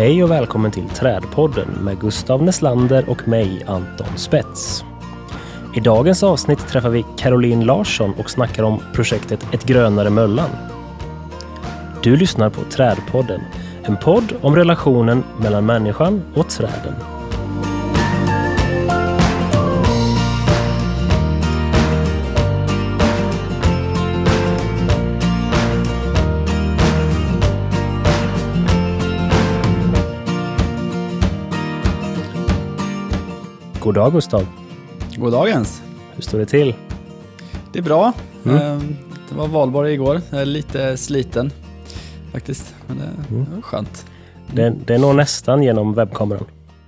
Hej och välkommen till Trädpodden med Gustav Neslander och mig, Anton Spets. I dagens avsnitt träffar vi Caroline Larsson och snackar om projektet Ett grönare Möllan. Du lyssnar på Trädpodden, en podd om relationen mellan människan och träden. God dag Gustav. God dagens. Hur står det till? Det är bra. Det var valborg igår. Jag är lite sliten faktiskt. Men det var skönt. Det är nog nästan genom webbkameran.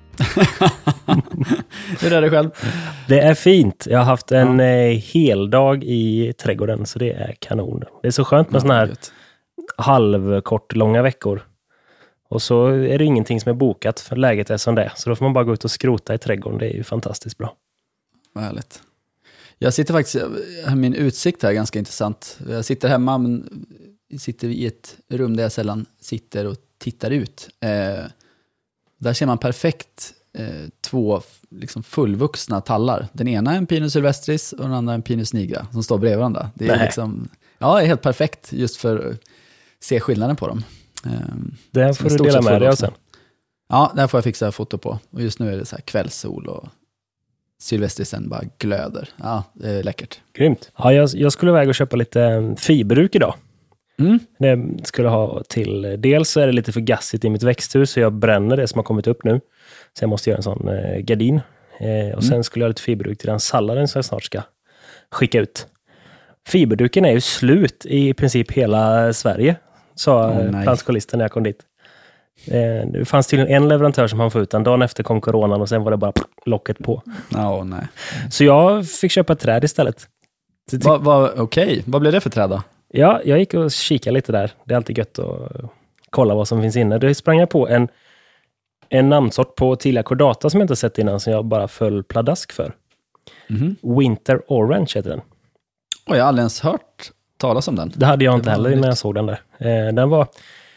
Hur är det själv? Det är fint. Jag har haft en hel dag i trädgården, så det är kanon. Det är så skönt med såna här halvkort långa veckor. Och så är det ingenting som är bokat för läget är som det. Så då får man bara gå ut och skrota i trädgården. Det är ju fantastiskt bra. Vad härligt. Jag sitter faktiskt, min utsikt här är ganska intressant. Jag sitter hemma, men sitter i ett rum där jag sällan sitter och tittar ut. Där ser man perfekt två liksom fullvuxna tallar. Den ena är en Pinus sylvestris och den andra är en Pinus nigra som står bredvid varandra. Det är liksom, det är helt perfekt just för att se skillnaden på dem. Det här får du dela med dig av sen. Ja, där får jag fixa foto på. Och just nu är det så här kvällssol och sylvestrisen bara glöder. Ja, det är läckert. Grymt. Ja, jag skulle iväg och köpa lite fiberbruk idag. Det skulle ha till. Dels så är det lite för gassigt i mitt växthus, så jag bränner det som har kommit upp nu. Så jag måste göra en sån gardin. Och sen skulle jag ha lite fiberbruk till den salladen som jag snart ska skicka ut. Fiberduken är ju slut i princip hela Sverige, sa plantskollisten när jag kom dit. Det fanns tydligen en leverantör som han får ut den. Dagen efter kom coronan och sen var det bara locket på. Nej. Så jag fick köpa ett träd istället. Okej. Vad blev det för träd då? Ja, jag gick och kikade lite där. Det är alltid gött att kolla vad som finns inne. Det sprang jag på en namnsort på Tilia cordata som jag inte sett innan, som jag bara föll pladask för. Winter Orange heter den. Jag har aldrig ens hört talas om den. Det hade jag inte heller när jag såg den där. Den var...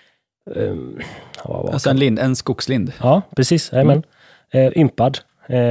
alltså en skogslind. Ja, precis. Ympad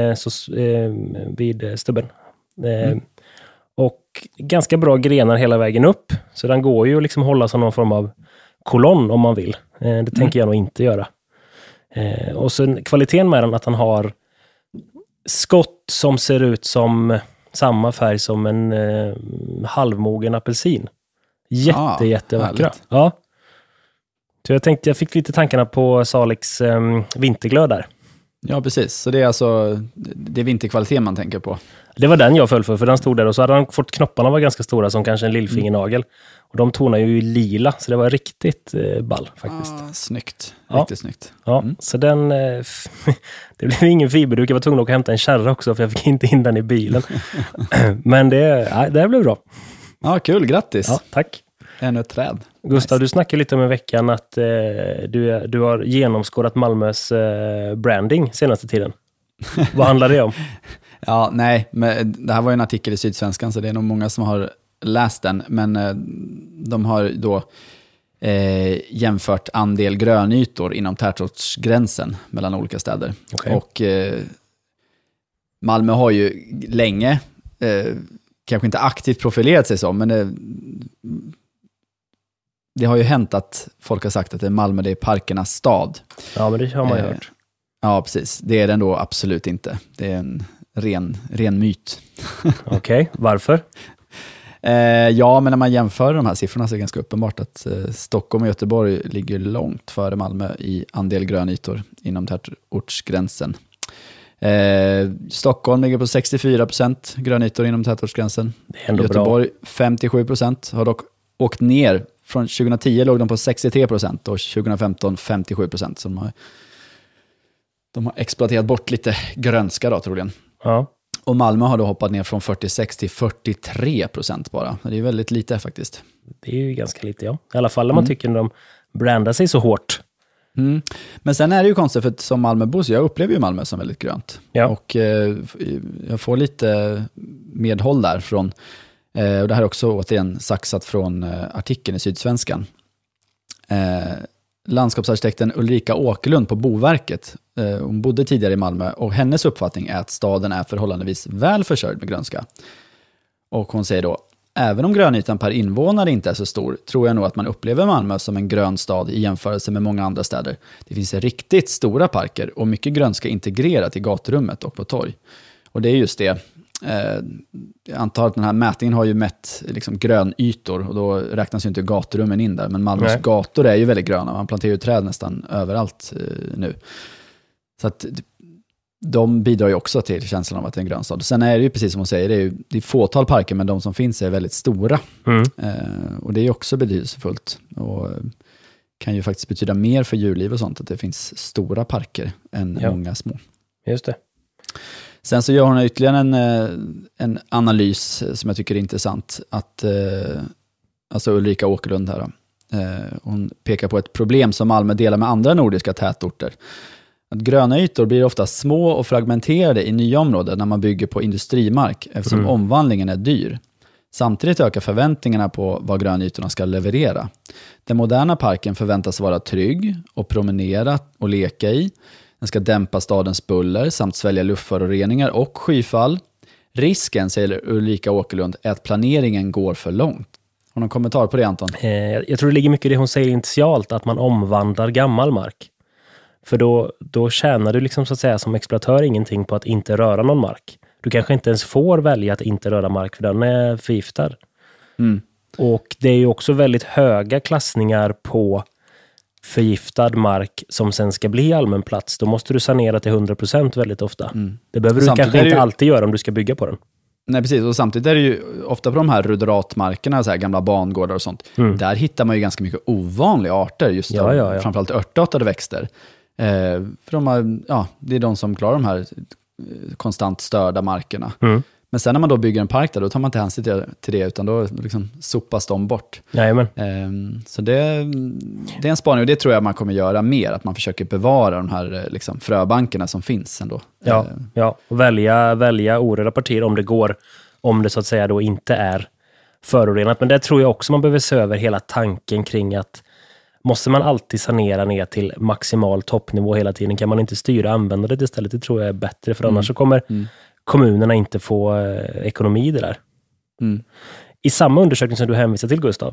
vid stubben. Och ganska bra grenar hela vägen upp. Så den går ju liksom hålla som någon form av kolonn om man vill. Det tänker jag nog inte göra. Och sen kvaliteten med den att han har skott som ser ut som samma färg som en halvmogen apelsin. Jättevackra. Ja. Så jag fick lite tankarna på Salix vinterglöd där. Ja, precis. Så det är alltså det är vinterkvalitet man tänker på. Det var den jag föll för den stod där. Och så hade han fått knopparna var ganska stora som kanske en lillfingernagel. Och de tonar ju lila, så det var riktigt ball faktiskt. Snyggt. Riktigt snyggt. Ja, så den... det blev ingen fiberduk. Jag var tvungen att hämta en kärra också, för jag fick inte in den i bilen. Men det blev bra. Ja, kul. Grattis. Ja, tack. Ännu ett träd. Gustav, du snackade lite om i veckan att du har genomskådat Malmös branding senaste tiden. Vad handlar det om? Men det här var ju en artikel i Sydsvenskan, så det är nog många som har läst den. Men de har då jämfört andel grönytor inom tätortsgränsen mellan olika städer. Okay. Och Malmö har ju länge, kanske inte aktivt profilerat sig som, men det har ju hänt att folk har sagt att Malmö det är parkernas stad. Ja, men det har man ju hört. Ja, precis. Det är den då absolut inte. Det är en ren myt. Okej, varför? Men när man jämför de här siffrorna så är det ganska uppenbart att Stockholm och Göteborg ligger långt före Malmö i andel grönytor inom tätortsgränsen. Stockholm ligger på 64% grönytor inom tätortsgränsen. Det är ändå Göteborg bra. 57%, har dock åkt ner. Från 2010 låg de på 63% och 2015 57%. Så de har exploaterat bort lite grönska då troligen. Ja. Och Malmö har då hoppat ner från 46 till 43% bara. Det är väldigt lite faktiskt. Det är ju ganska lite, ja. I alla fall när man tycker de brandar sig så hårt. Men sen är det ju konstigt, för som Malmöbo så jag upplever ju Malmö som väldigt grönt. Ja. Och jag får lite medhåll där från, och det här är också återigen saxat från artikeln i Sydsvenskan. landskapsarkitekten Ulrika Åkerlund på Boverket. Hon bodde tidigare i Malmö och hennes uppfattning är att staden är förhållandevis väl försörjd med grönska. Och hon säger då, även om grönytan per invånare inte är så stor, tror jag nog att man upplever Malmö som en grön stad i jämförelse med många andra städer. Det finns riktigt stora parker och mycket grönska integrerat i gaturummet och på torg. Och det är just det. Jag antar att den här mätningen har ju mätt liksom grönytor och då räknas ju inte gaturummen in där. Men Malmös gator är ju väldigt gröna. Man planterar ju träd nästan överallt nu. Så att de bidrar ju också till känslan av att det är en grön stad. Sen är det ju precis som hon säger, det är fåtal parker, men de som finns är väldigt stora. Och det är ju också betydelsefullt. Och kan ju faktiskt betyda mer för djurliv och sånt, att det finns stora parker än många små. Just det. Sen så gör hon ytterligare en analys som jag tycker är intressant. Att, alltså Ulrika Åkerlund här. Hon pekar på ett problem som Malmö delar med andra nordiska tätorter. Att gröna ytor blir ofta små och fragmenterade i nya områden när man bygger på industrimark eftersom omvandlingen är dyr. Samtidigt ökar förväntningarna på vad grönytorna ska leverera. Den moderna parken förväntas vara trygg och promenera och leka i. Den ska dämpa stadens buller samt svälja luftföroreningar och skyfall. Risken, säger Ulrika Åkerlund, är att planeringen går för långt. Har du någon kommentar på det, Anton? Jag tror det ligger mycket i det hon säger initialt, att man omvandlar gammal mark. För då tjänar du liksom så att säga som exploatör ingenting på att inte röra någon mark. Du kanske inte ens får välja att inte röra mark för den är förgiftad. Och det är ju också väldigt höga klassningar på förgiftad mark som sen ska bli allmän plats. Då måste du sanera till 100% väldigt ofta. Det behöver du kanske inte alltid göra om du ska bygga på den. Nej, precis. Och samtidigt är det ju ofta på de här ruderatmarkerna, så här gamla bangårdar och sånt. Där hittar man ju ganska mycket ovanliga arter, just framförallt örtartade växter. För det är de som klarar de här konstant störda markerna. Men sen när man då bygger en park där, då tar man inte hänsyn till det, utan då liksom sopas de bort. Så det är en spaning, och det tror jag man kommer göra mer, att man försöker bevara de här liksom fröbankerna som finns ändå. Och välja orörda partier om det går, om det så att säga då inte är förorenat. Men det tror jag också man behöver se över hela tanken kring att måste man alltid sanera ner till maximal toppnivå hela tiden? Kan man inte styra användandet istället? Det tror jag är bättre, för annars så kommer kommunerna inte få ekonomi i det där. I samma undersökning som du hänvisar till, Gustav,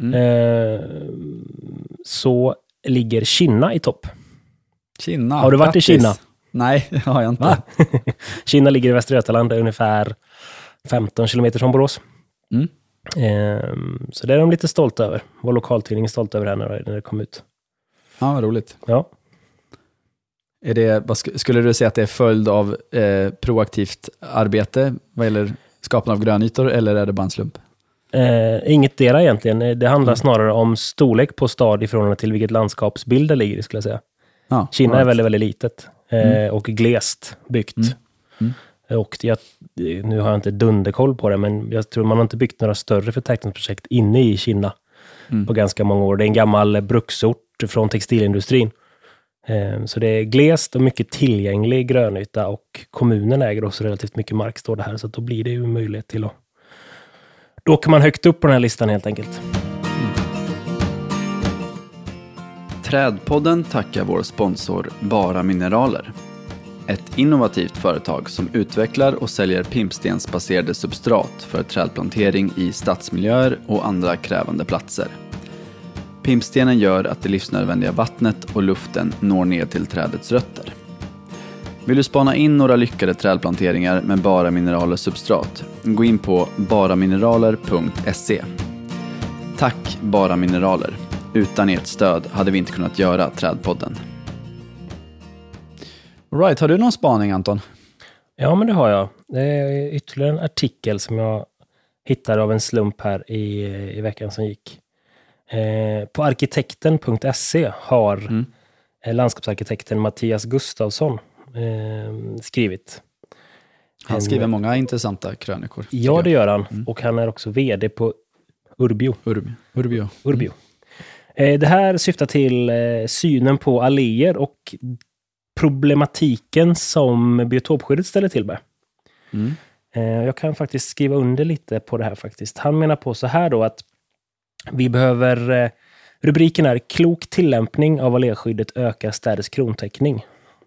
så ligger Kinna i topp. Kinna? Har du varit i Kinna? Nej, det har jag inte. Kinna ligger i Västra Götaland, ungefär 15 kilometer från Borås. Så det är de lite stolta över. Vår lokaltidning är stolt över det här när det kom ut. Ja, vad roligt. Ja. Skulle du säga att det är följd av proaktivt arbete vad gäller skapande av grönytor, eller är det bara en slump? Inget dera egentligen. Det handlar snarare om storlek på stad i förhållande till vilket landskapsbild det ligger i, skulle jag säga. Kina är väldigt, väldigt litet och glest byggt. Och nu har jag inte dunderkoll på det, men jag tror man har inte byggt några större förtätningsprojekt inne i Kina på ganska många år. Det är en gammal bruksort från textilindustrin. Så det är glest och mycket tillgänglig grönyta, och kommunen äger också relativt mycket mark, står det här. Så då blir det ju möjlighet till att... Då kan man högt upp på den här listan helt enkelt. Trädpodden tackar vår sponsor Bara Mineraler. Ett innovativt företag som utvecklar och säljer pimpstensbaserade substrat för trädplantering i stadsmiljöer och andra krävande platser. Pimpstenen gör att det livsnödvändiga vattnet och luften når ner till trädets rötter. Vill du spana in några lyckade trädplanteringar med Bara Mineraler substrat? Gå in på baramineraler.se. Tack Bara Mineraler. Utan ert stöd hade vi inte kunnat göra Trädpodden. Right, har du någon spaning, Anton? Ja, men det har jag. Det är ytterligare en artikel som jag hittade av en slump här i veckan som gick. På arkitekten.se har landskapsarkitekten Mattias Gustafsson skrivit. Han skriver många intressanta krönikor. Ja, det gör han. Och han är också vd på Urbio. Urbio. Det här syftar till synen på alléer och problematiken som biotopskyddet ställer till med. Jag kan faktiskt skriva under lite på det här faktiskt. Han menar på så här då, att vi behöver Rubriken är klok tillämpning av alléskyddet ökar städers krontäckning.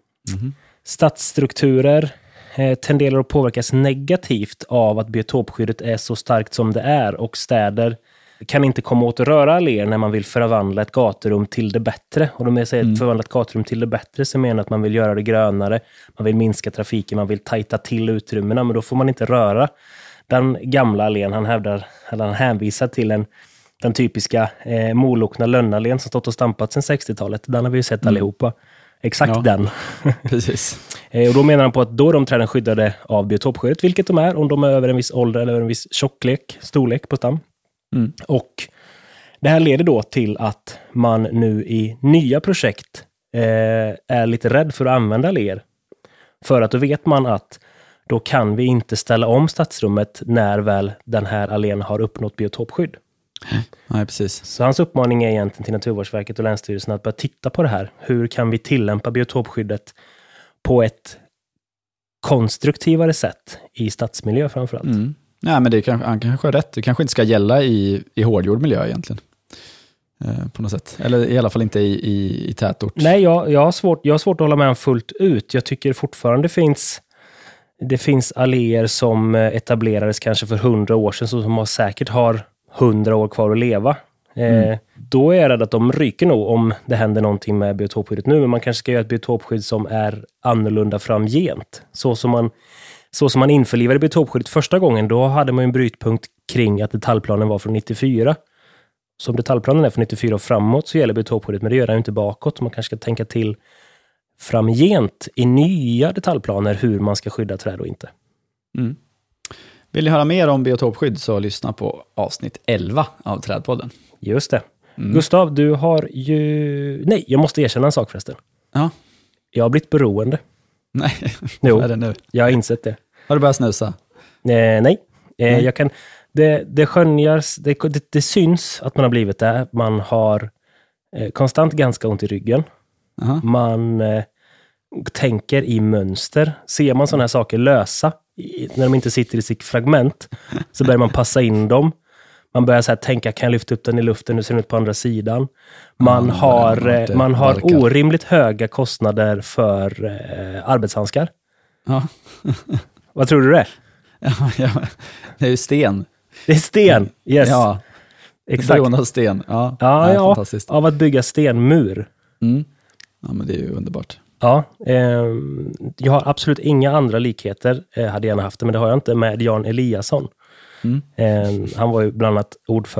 Stadsstrukturer tenderar att påverkas negativt av att biotopskyddet är så starkt som det är, och städer kan inte komma åt att röra alléer när man vill förvandla ett gaturum till det bättre. Och då med säger förvandla ett gaturum till det bättre så menar att man vill göra det grönare, man vill minska trafiken, man vill tajta till utrymmena, men då får man inte röra den gamla allén. Han hänvisar till den typiska molokna lönnallén som stått och stampat sedan 60-talet. Den har vi ju sett allihopa. Exakt den. Precis. Och då menar han på att då är de träden skyddade av biotopskyddet, vilket de är om de är över en viss ålder eller en viss storlek på stam. Och det här leder då till att man nu i nya projekt är lite rädd för att använda alléer. För att då vet man att då kan vi inte ställa om stadsrummet när väl den här allén har uppnått biotopskydd. Nej, precis. Så hans uppmaning är egentligen till Naturvårdsverket och Länsstyrelsen att börja titta på det här. Hur kan vi tillämpa biotopskyddet på ett konstruktivare sätt i stadsmiljö framförallt? Nej, men han kanske har rätt. Det kanske inte ska gälla i hårdgjord miljö egentligen. På något sätt. Eller i alla fall inte i tätort. Nej, jag har svårt att hålla med om fullt ut. Jag tycker fortfarande det finns alléer som etablerades kanske för 100 år sedan som säkert har 100 år kvar att leva. Då är jag rädd att de ryker nog om det händer någonting med biotopskyddet nu, men man kanske ska göra ett biotopskydd som är annorlunda framgent. Så som man införlivade biotopskyddet första gången, då hade man en brytpunkt kring att detaljplanen var från 94. Så om detaljplanen är från 94 och framåt så gäller biotopskyddet, men det gör den inte bakåt. Man kanske ska tänka till framgent i nya detaljplaner hur man ska skydda träd och inte. Vill ni höra mer om biotopskydd så lyssna på avsnitt 11 av Trädpodden. Just det. Gustav, du har ju... Nej, jag måste erkänna en sak förresten. Ja. Jag har blivit beroende. Nej, Jo, vad är det nu? Jag har insett det. Har du börjat snusa? Nej. Jag kan... Det skönjas... Det syns att man har blivit det. Man har konstant ganska ont i ryggen. Man tänker i mönster. Ser man sådana här saker lösa när de inte sitter i sitt fragment så börjar man passa in dem. Man börjar så här tänka, kan jag lyfta upp den i luften, nu ser den ut på andra sidan. Man har orimligt höga kostnader för arbetshandskar. Ja. Vad tror du det är? Ja, det är ju sten. Det är sten, yes. Ja, exakt. Beroende av sten. Ja, fantastiskt. Av att bygga stenmur. Ja, men det är ju underbart. Ja, jag har absolut inga andra likheter, hade gärna haft det, men det har jag inte med Jan Eliasson. Han var ju bland annat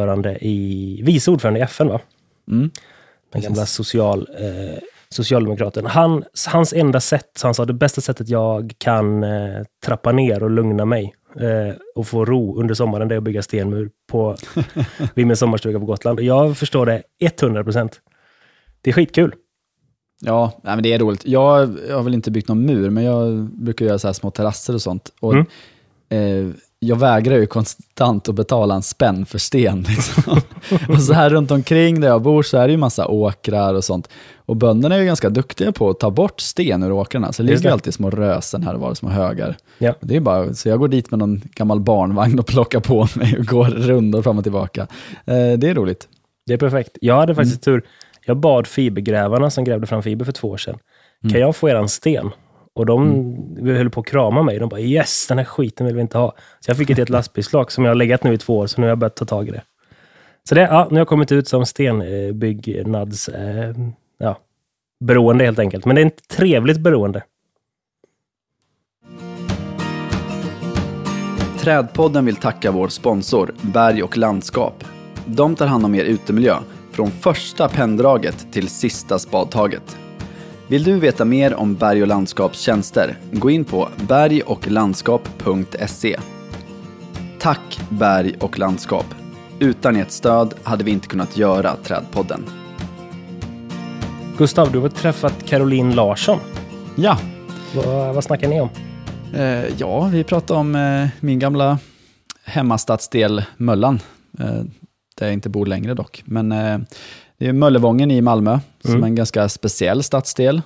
vice ordförande i FN, va? Den gamla socialdemokraten. Hans enda sätt, så han sa, det bästa sättet jag kan trappa ner och lugna mig och få ro under sommaren, det är att bygga stenmur vid min sommarstuga på Gotland. Jag förstår det 100%. Det är skitkul. Ja, nej, men det är roligt. Jag har väl inte byggt någon mur, men jag brukar göra så här små terrasser och sånt. Och jag vägrar ju konstant att betala en spänn för sten. Liksom. Och så här runt omkring där jag bor så är det ju massa åkrar och sånt. Och bönderna är ju ganska duktiga på att ta bort sten ur åkrarna. Så det ligger alltid små rösen här och var, små högar. Ja. Det är bara, så jag går dit med någon gammal barnvagn och plockar på mig och går rundor fram och tillbaka. Det är roligt. Det är perfekt. Jag hade faktiskt tur. Jag bad fibergrävarna som grävde fram fiber för 2 år sedan. Kan jag få eran sten? Och de höll på att krama mig. De bara, yes, den här skiten vill vi inte ha. Så jag fick ett lastbilsflak som jag har legat nu i 2 år. Så nu har jag börjat ta tag i det. Så nu har jag kommit ut som stenbyggnads beroende helt enkelt. Men det är ett trevligt beroende. Trädpodden vill tacka vår sponsor Berg och landskap. De tar hand om er utemiljö från första penndraget till sista spadtaget. Vill du veta mer om Berg och landskaps tjänster? Gå in på bergochlandskap.se. Tack Berg och landskap. Utan ert stöd hade vi inte kunnat göra Trädpodden. Gustav, du har träffat Caroline Larsson. Ja. Vad snackar ni om? Ja, vi pratar om min gamla hemmastadsdel Möllan. Där jag inte bor längre dock. Men det är Möllevången i Malmö som är en ganska speciell stadsdel.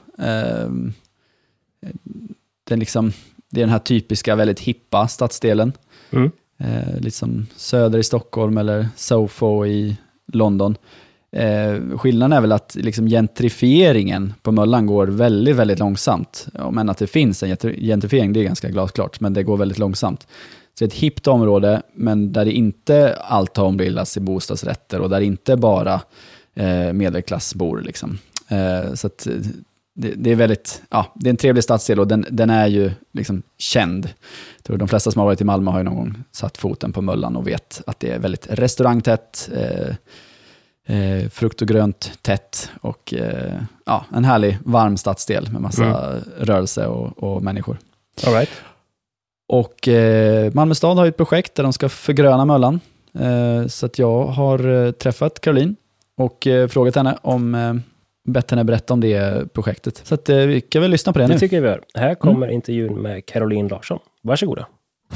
Det är den här typiska väldigt hippa stadsdelen. Liksom söder i Stockholm eller Soho i London. Skillnaden är väl att liksom gentrifieringen på Möllan går väldigt, väldigt långsamt. Men att det finns en gentrifiering, det är ganska glasklart, men det går väldigt långsamt. Så det är ett hippt område, men där det inte allt har ombildats i bostadsrätter och där inte bara medelklass bor. Liksom. Så att det är väldigt, det är en trevlig stadsdel och den är ju liksom känd. Jag tror de flesta som har varit i Malmö har ju någon gång satt foten på Möllan och vet att det är väldigt restaurangtätt, frukt och grönt tätt och en härlig varm stadsdel med massa rörelse och människor. All right. Och Malmö stad har ett projekt där de ska förgröna Möllan. Så att jag har träffat Caroline och frågat henne om bett henne berätta om det projektet. Så att vi kan väl lyssna på det nu. Det tycker vi gör. Här kommer intervjun med Caroline Larsson. Varsågoda.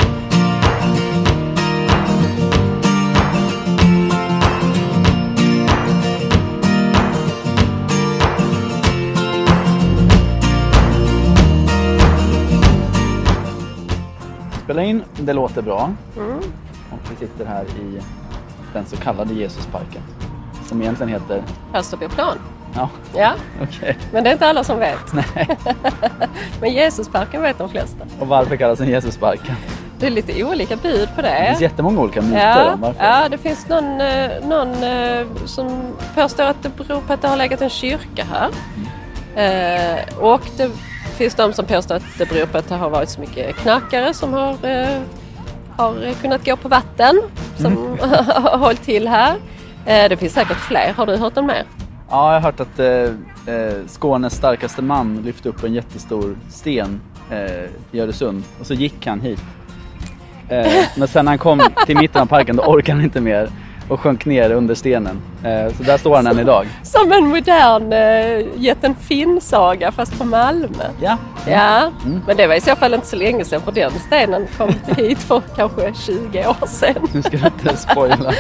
Spela in, det låter bra. Och vi sitter här i den så kallade Jesusparken. Som egentligen heter... Österbyplan. Ja, Ja, okej. men det är inte alla som vet. Nej. Men Jesusparken vet de flesta. Och varför kallas den Jesusparken? Det är lite olika bud på Det det. finns jättemånga olika myter om varför. Ja, det finns någon som påstår att det beror på att det har legat en kyrka här. Och det finns de som påstår att det beror på att det har varit så mycket knarkare som har kunnat gå på vatten som har hållit till här. Det finns säkert fler. Har du hört om mer? Ja, jag har hört att Skånes starkaste man lyfte upp en jättestor sten i Öresund. Och så gick han hit. Men sen när han kom till mitten av parken då orkade han inte mer och sjönk ner under stenen. Så där står han än idag. Som en modern jätten Finn-saga fast på Malmö. Ja. Ja, men det var i så fall inte så länge sedan för den stenen kom hit för kanske 20 år sedan. Nu ska du inte spoila.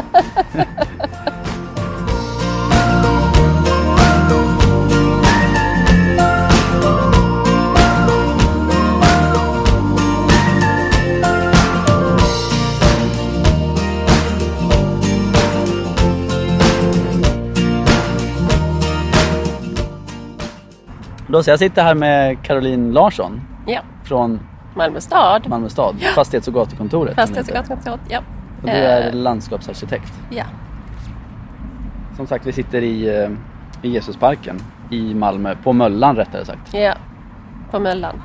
Då så jag sitter här med Caroline Larsson från Malmö stad. Malmö stad, fastighets- och gatukontoret. Fastighets- och gatukontoret, ja. Och du är landskapsarkitekt. Ja. Som sagt, vi sitter i Jesusparken i Malmö, på Möllan rättare sagt. Ja, på Möllan.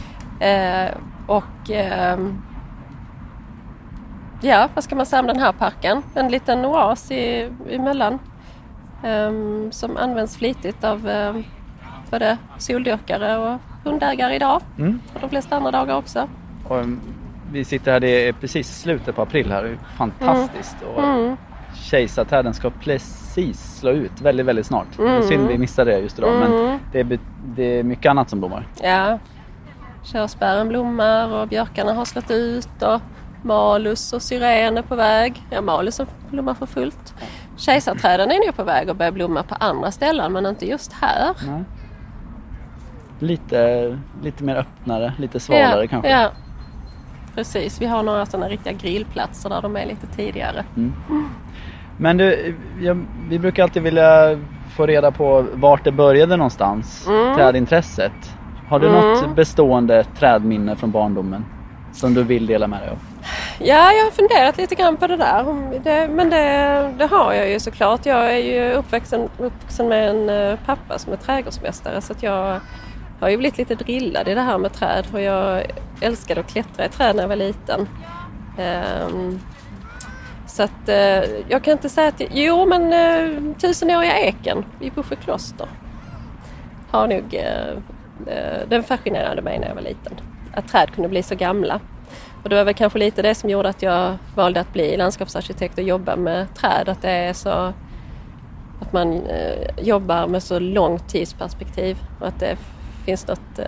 Vad ska man säga om den här parken? En liten oas i Möllan som används flitigt av både soldyrkare och hundägare idag. Och de flesta andra dagar också. Och vi sitter här, det är precis slutet på april här. Det är fantastiskt. Och kejsarträden ska precis slå ut väldigt, väldigt snart. Det är synd vi missade det just idag. Men det är mycket annat som blommar. Ja, körsbären blommar och björkarna har slått ut och malus och syren är på väg. Ja, malus blommar för fullt. Kejsarträden är nu på väg att börja blomma på andra ställen men inte just här. Nej. Lite mer öppnare, lite svalare kanske. Ja, precis. Vi har några sådana riktiga grillplatser där de är lite tidigare. Men du, vi brukar alltid vilja få reda på vart det började någonstans, trädintresset. Har du något bestående trädminne från barndomen som du vill dela med dig av? Ja, jag har funderat lite grann på det där. Men det har jag ju såklart. Jag är ju uppvuxen med en pappa som är trädgårdsmästare så att jag har ju blivit lite drillad i det här med träd. Och jag älskade att klättra i träd när jag var liten. Så att jag kan inte säga att... Jo, men 1000-åriga eken i Bursjö kloster har nog... den fascinerade mig när jag var liten. Att träd kunde bli så gamla. Och det var väl kanske lite det som gjorde att jag valde att bli landskapsarkitekt och jobba med träd. Att det är så... Att man jobbar med så långt tidsperspektiv. Och att det finns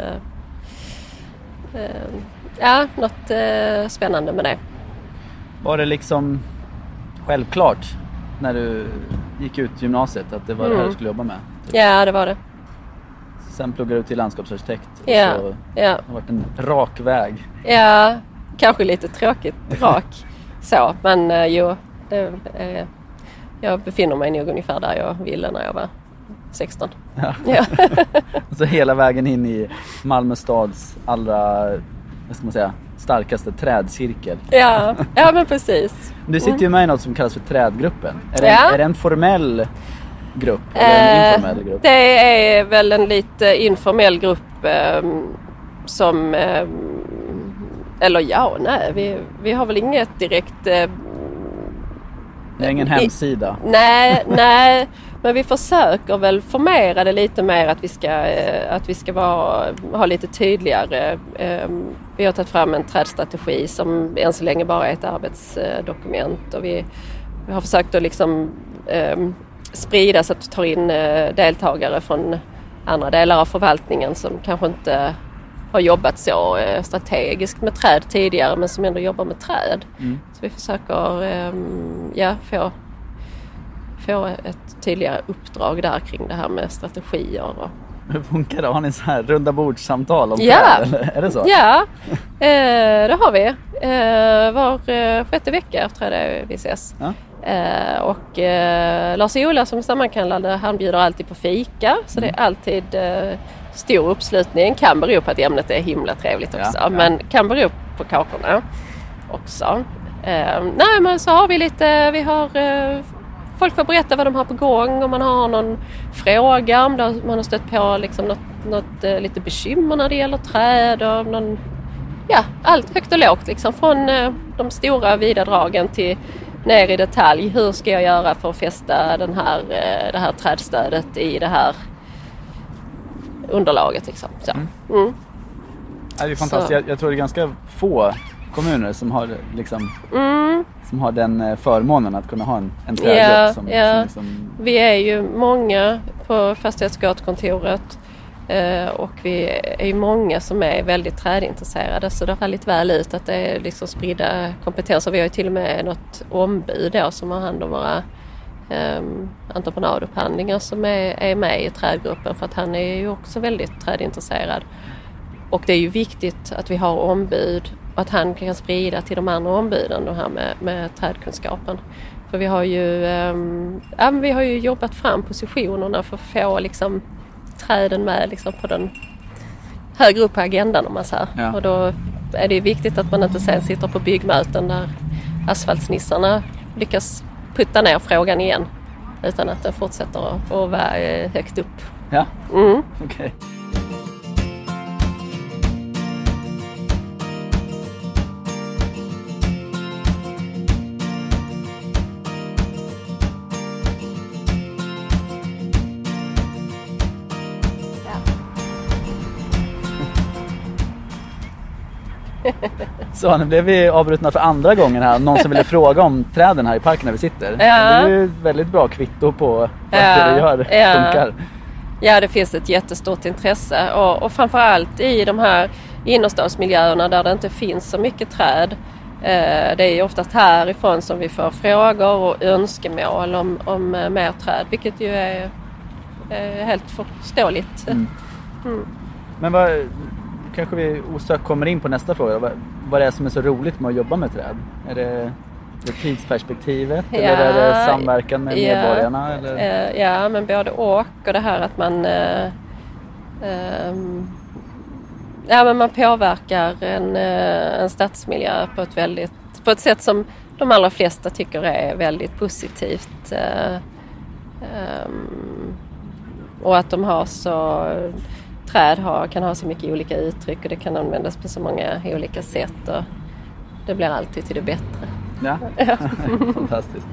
något spännande med det. Var det liksom självklart när du gick ut gymnasiet att det var det här du skulle jobba med? Typ? Ja, det var det. Sen pluggade du till landskapsarkitekt. Ja, så det har varit en rak väg. Ja, kanske lite tråkigt rak. Så, men det jag befinner mig nog ungefär där jag ville när jag var 16. Ja. Ja. Så hela vägen in i Malmö stads allra, vad ska man säga, starkaste trädcirkel. Ja, men precis. Du sitter ju med i något som kallas för trädgruppen. Är det en formell grupp eller en informell grupp? Det är väl en lite informell grupp som... vi har väl inget direkt... Det är ingen hemsida? Nej, men vi försöker väl formera det lite mer att vi ska ha lite tydligare. Vi har tagit fram en trädstrategi som än så länge bara är ett arbetsdokument, och vi har försökt att liksom sprida så att vi tar in deltagare från andra delar av förvaltningen som kanske inte har jobbat så strategiskt med träd tidigare, men som ändå jobbar med träd. Så vi försöker få ett tydligare uppdrag där kring det här med strategier. Hur funkar det? Har ni så här runda bordssamtal om träd? Eller? Är det så? Ja, det har vi. Var 6:e vecka tror jag vi ses. Ja. Och Lars-Ola som är sammankallande, han bjuder alltid på fika, så det är alltid stor uppslutning. Kan bero på att ämnet är himla trevligt också, men kan bero på kakorna också. Men så har vi har folk får berätta vad de har på gång, om man har någon fråga, om man har stött på liksom något lite bekymmer när det gäller träd, och allt högt och lågt liksom, från de stora vida dragen till ner i detalj. Hur ska jag göra för att fästa det här trädstödet i det här underlaget liksom. Så. Det är fantastiskt. Jag tror det är ganska få kommuner som har som har den förmånen att kunna ha en trädgrupp som liksom... Vi är ju många på fastighetsgatukontoret, och vi är ju många som är väldigt trädintresserade, så det har fallit väl ut att det är liksom spridda kompetenser. Vi har ju till och med något ombud då som har hand om våra entreprenadupphandlingar som är med i trädgruppen, för att han är ju också väldigt trädintresserad. Och det är ju viktigt att vi har ombud och att han kan sprida till de andra ombuden det här med trädkunskapen. För vi har ju jobbat fram positionerna för att få liksom träden med liksom på den högre upp på agendan, om man säger. Ja. Och då är det viktigt att man inte sen sitter på byggmöten där asfaltsnissarna lyckas putta ner frågan igen, utan att den fortsätter att vara högt upp. Ja, okej. Så nu blev vi avbrutna för andra gången här. Någon som ville fråga om träden här i parken när vi sitter. Ja. Det är ju ett väldigt bra kvitto på att det du gör funkar. Ja, det finns ett jättestort intresse. Och framförallt i de här innerstadsmiljöerna där det inte finns så mycket träd. Det är ju oftast härifrån som vi får frågor och önskemål om mer träd. Vilket ju är helt förståeligt. Men kanske vi osökt kommer in på nästa fråga. Vad är det som är så roligt med att jobba med träd? Är det tidsperspektivet eller är det samverkan med medborgarna? Eller? Men både och det här att man men man påverkar en stadsmiljö på ett sätt som de allra flesta tycker är väldigt positivt. Och att de har så... Träd kan ha så mycket olika uttryck och det kan användas på så många olika sätt, och det blir alltid till det bättre. Ja, fantastiskt.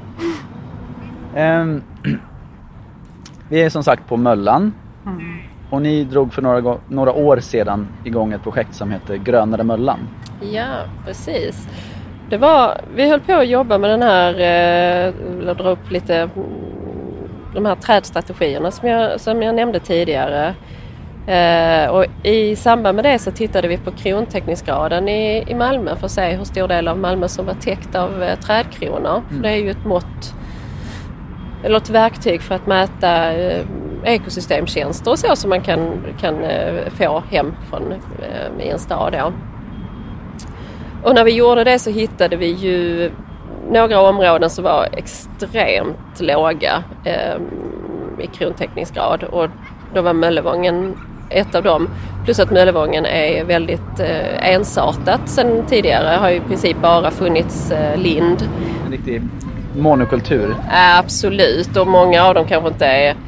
Vi är som sagt på Möllan och ni drog för några år sedan igång ett projekt som heter Grönare Möllan. Ja, precis. Vi höll på att jobba med den här, dra upp lite de här trädstrategierna som jag nämnde tidigare. Och i samband med det så tittade vi på krontäckningsgraden i Malmö för att se hur stor del av Malmö som var täckt av trädkronor. För det är ju ett mått eller ett verktyg för att mäta ekosystemtjänster och så som man kan få hem från i en stad då. Och när vi gjorde det så hittade vi ju några områden som var extremt låga i krontäckningsgrad, och då var Möllevången ett av dem. Plus att Möllevången är väldigt ensartat sedan tidigare. Har ju i princip bara funnits lind. En riktig monokultur. Absolut, och många av dem kanske inte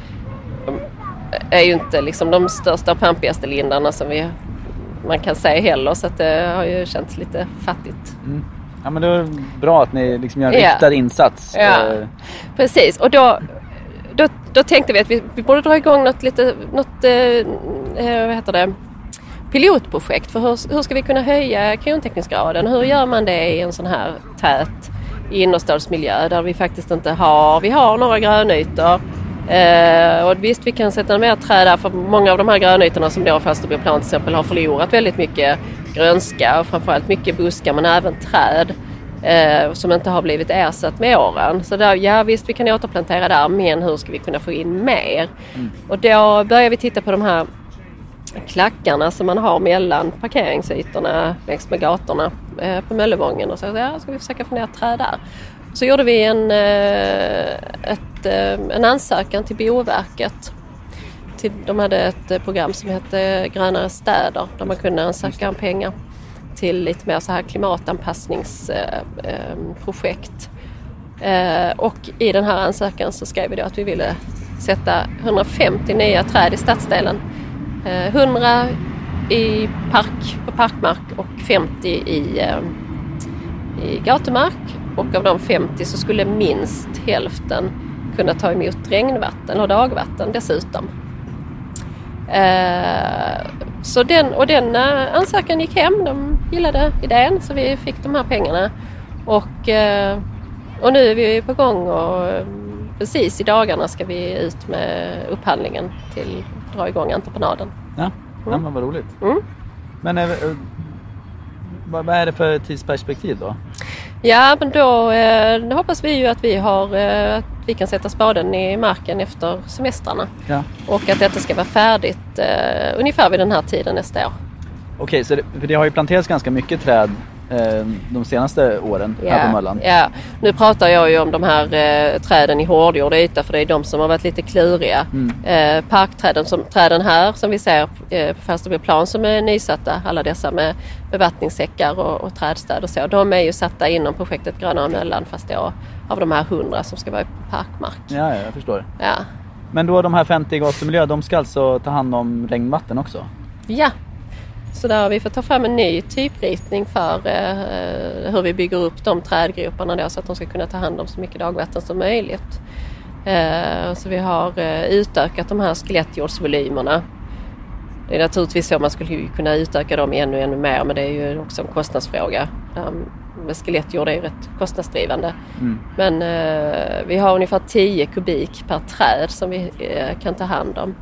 är ju inte liksom de största och pampigaste lindarna som man kan säga heller, så att det har ju känts lite fattigt. Mm. Ja, men det är bra att ni liksom gör en riktad insats. Ja, precis. Och då tänkte vi att vi borde dra igång något vad heter det, pilotprojekt för hur ska vi kunna höja krontäckningsgraden? Hur gör man det i en sån här tät innerstadsmiljö där vi faktiskt inte har några grönytor. Och visst, vi kan sätta mer träd där, för många av de här grönytorna som då Falsterbyplan till exempel har förlorat väldigt mycket grönska och framförallt mycket buskar, men även träd som inte har blivit ersatt med åren. Så där, visst, vi kan återplantera där, men hur ska vi kunna få in mer? Och då börjar vi titta på de här klackarna som man har mellan parkeringsytorna längs med gatorna på Möllevången, och så ska vi försöka få ner träd där. Så gjorde vi en ansökan till Boverket. De hade ett program som hette Grönare städer, där man kunde ansöka om pengar till lite mer så här klimatanpassningsprojekt. Och i den här ansökan så skrev vi då att vi ville sätta 150 nya träd i stadsdelen. 100 på parkmark och 50 i gatumark. Och av de 50 så skulle minst hälften kunna ta emot regnvatten och dagvatten dessutom. Så den ansökan gick hem. De gillade idén, så vi fick de här pengarna. Och nu är vi på gång, och precis i dagarna ska vi ut med upphandlingen till dra igång entreprenaden. Ja, men vad roligt. Men vad är det för tidsperspektiv då? Ja, men då hoppas vi ju att att vi kan sätta spaden i marken efter semestrarna. Ja. Och att detta ska vara färdigt ungefär vid den här tiden nästa år. Okej, så för det har ju planterats ganska mycket träd de senaste åren här på Möllan. Ja, nu pratar jag ju om de här träden i hårdgjord yta, för det är de som har varit lite kluriga. Parkträden, träden här som vi ser på Falsterbyplan som är nysatta, alla dessa med bevattningssäckar och trädstöd och så, de är ju satta inom projektet Grönare Möllan, fast då av de här 100 som ska vara på parkmark. Ja, jag förstår. Ja. Men då de här 50 i gatumiljö, de ska alltså ta hand om regnvatten också? Ja. Så där har vi fått ta fram en ny typritning för hur vi bygger upp de trädgroparna då, så att de ska kunna ta hand om så mycket dagvatten som möjligt. Så vi har utökat de här skelettjordsvolymerna. Det är naturligtvis så man skulle kunna utöka dem ännu mer, men det är ju också en kostnadsfråga. Med skelettjord är ju rätt kostnadsdrivande. Men vi har ungefär 10 kubik per träd som vi kan ta hand om.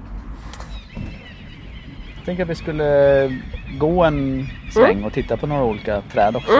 Jag tänker att vi skulle gå en sväng och titta på några olika träd också.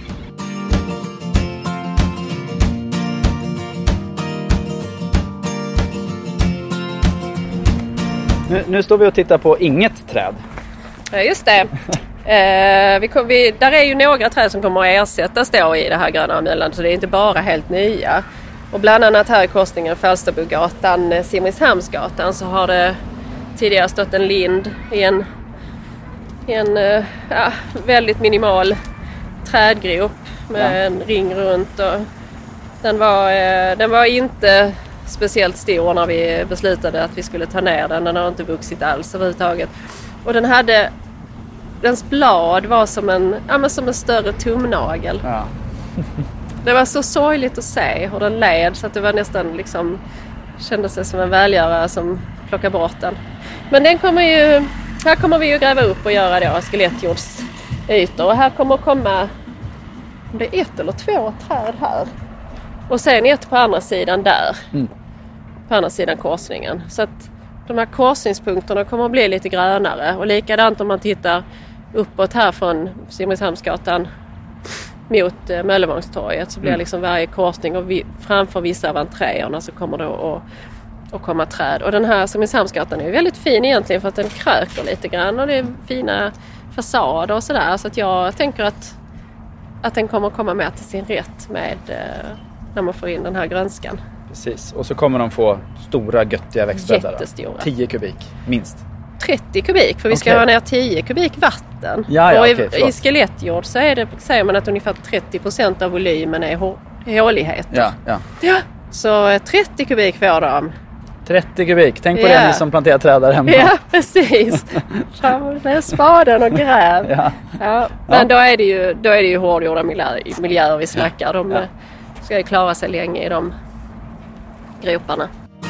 Nu står vi och tittar på inget träd. Ja, just det. Där är ju några träd som kommer att ersättas då i det här Grönare Möllan, så det är inte bara helt nya. Och bland annat här i korsningen Falsterbogatan, Simrishamnsgatan, så har det tidigare stått en lind i en väldigt minimal trädgrop med en ring runt. Och den var inte speciellt stor när vi beslutade att vi skulle ta ner den. Den har inte vuxit alls överhuvudtaget. Och dens blad var som en större tumnagel. Ja. Det var så sorgligt att se hur den led, så att det var nästan liksom, kändes det som en välgörare som plockar bort den. Men här kommer vi ju gräva upp och göra då skelettjordsytor. Och här kommer komma, om det är 1 eller 2 träd här. Och sen ett på andra sidan där. På andra sidan korsningen. Så att de här korsningspunkterna kommer att bli lite grönare. Och likadant om man tittar uppåt här från Simrishamnsgatan mot Möllevångstorget, så blir liksom varje korsning, och framför vissa av entréerna så kommer det att komma träd. Och den här Simrishamnsgatan är ju väldigt fin egentligen, för att den kröker lite grann och det är fina fasader och sådär. Så att jag tänker att att den kommer komma mer till sin rätt med när man får in den här grönskan. Precis, och så kommer de få stora göttiga växtbäddar. Jättestora. 10 kubik, minst. 30 kubik, för vi ska ha ner 10 kubik vatten. Ja, och i skelettjord så säger man att ungefär 30% av volymen är håligheter. Ja. Så 30 kubik får de. 30 kubik, tänk på det ni som planterar träd där hemma. Ja, precis. Fram med spaden och gräv. Ja. Men då är det ju hårdgjorda miljöer vi snackar. De ska ju klara sig länge i de groparna.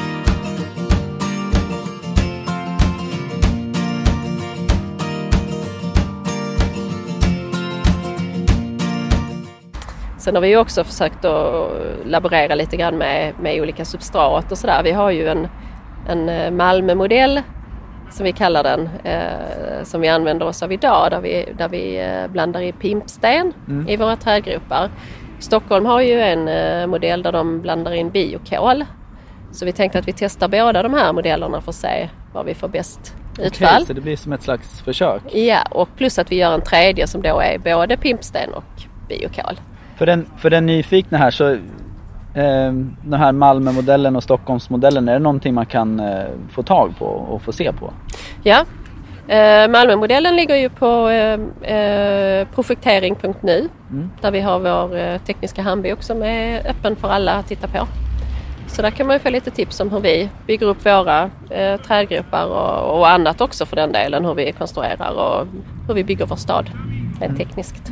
Sen har vi ju också försökt att laborera lite grann med olika substrat och sådär. Vi har ju en Malmö-modell som vi kallar den, som vi använder oss av idag, där vi blandar i pimpsten i våra trädgropar. Stockholm har ju en modell där de blandar in biokol. Så vi tänkte att vi testar båda de här modellerna för att se vad vi får bäst utfall. Okej, så det blir som ett slags försök. Ja, och plus att vi gör en tredje som då är både pimpsten och biokol. För den nyfikna här så den här Malmö-modellen och Stockholmsmodellen, är det någonting man kan få tag på och få se på? Ja, Malmö-modellen ligger ju på projektering.nu där vi har vår tekniska handbok som är öppen för alla att titta på. Så där kan man ju få lite tips om hur vi bygger upp våra trädgropar och annat också för den delen, hur vi konstruerar och hur vi bygger vår stad rent tekniskt.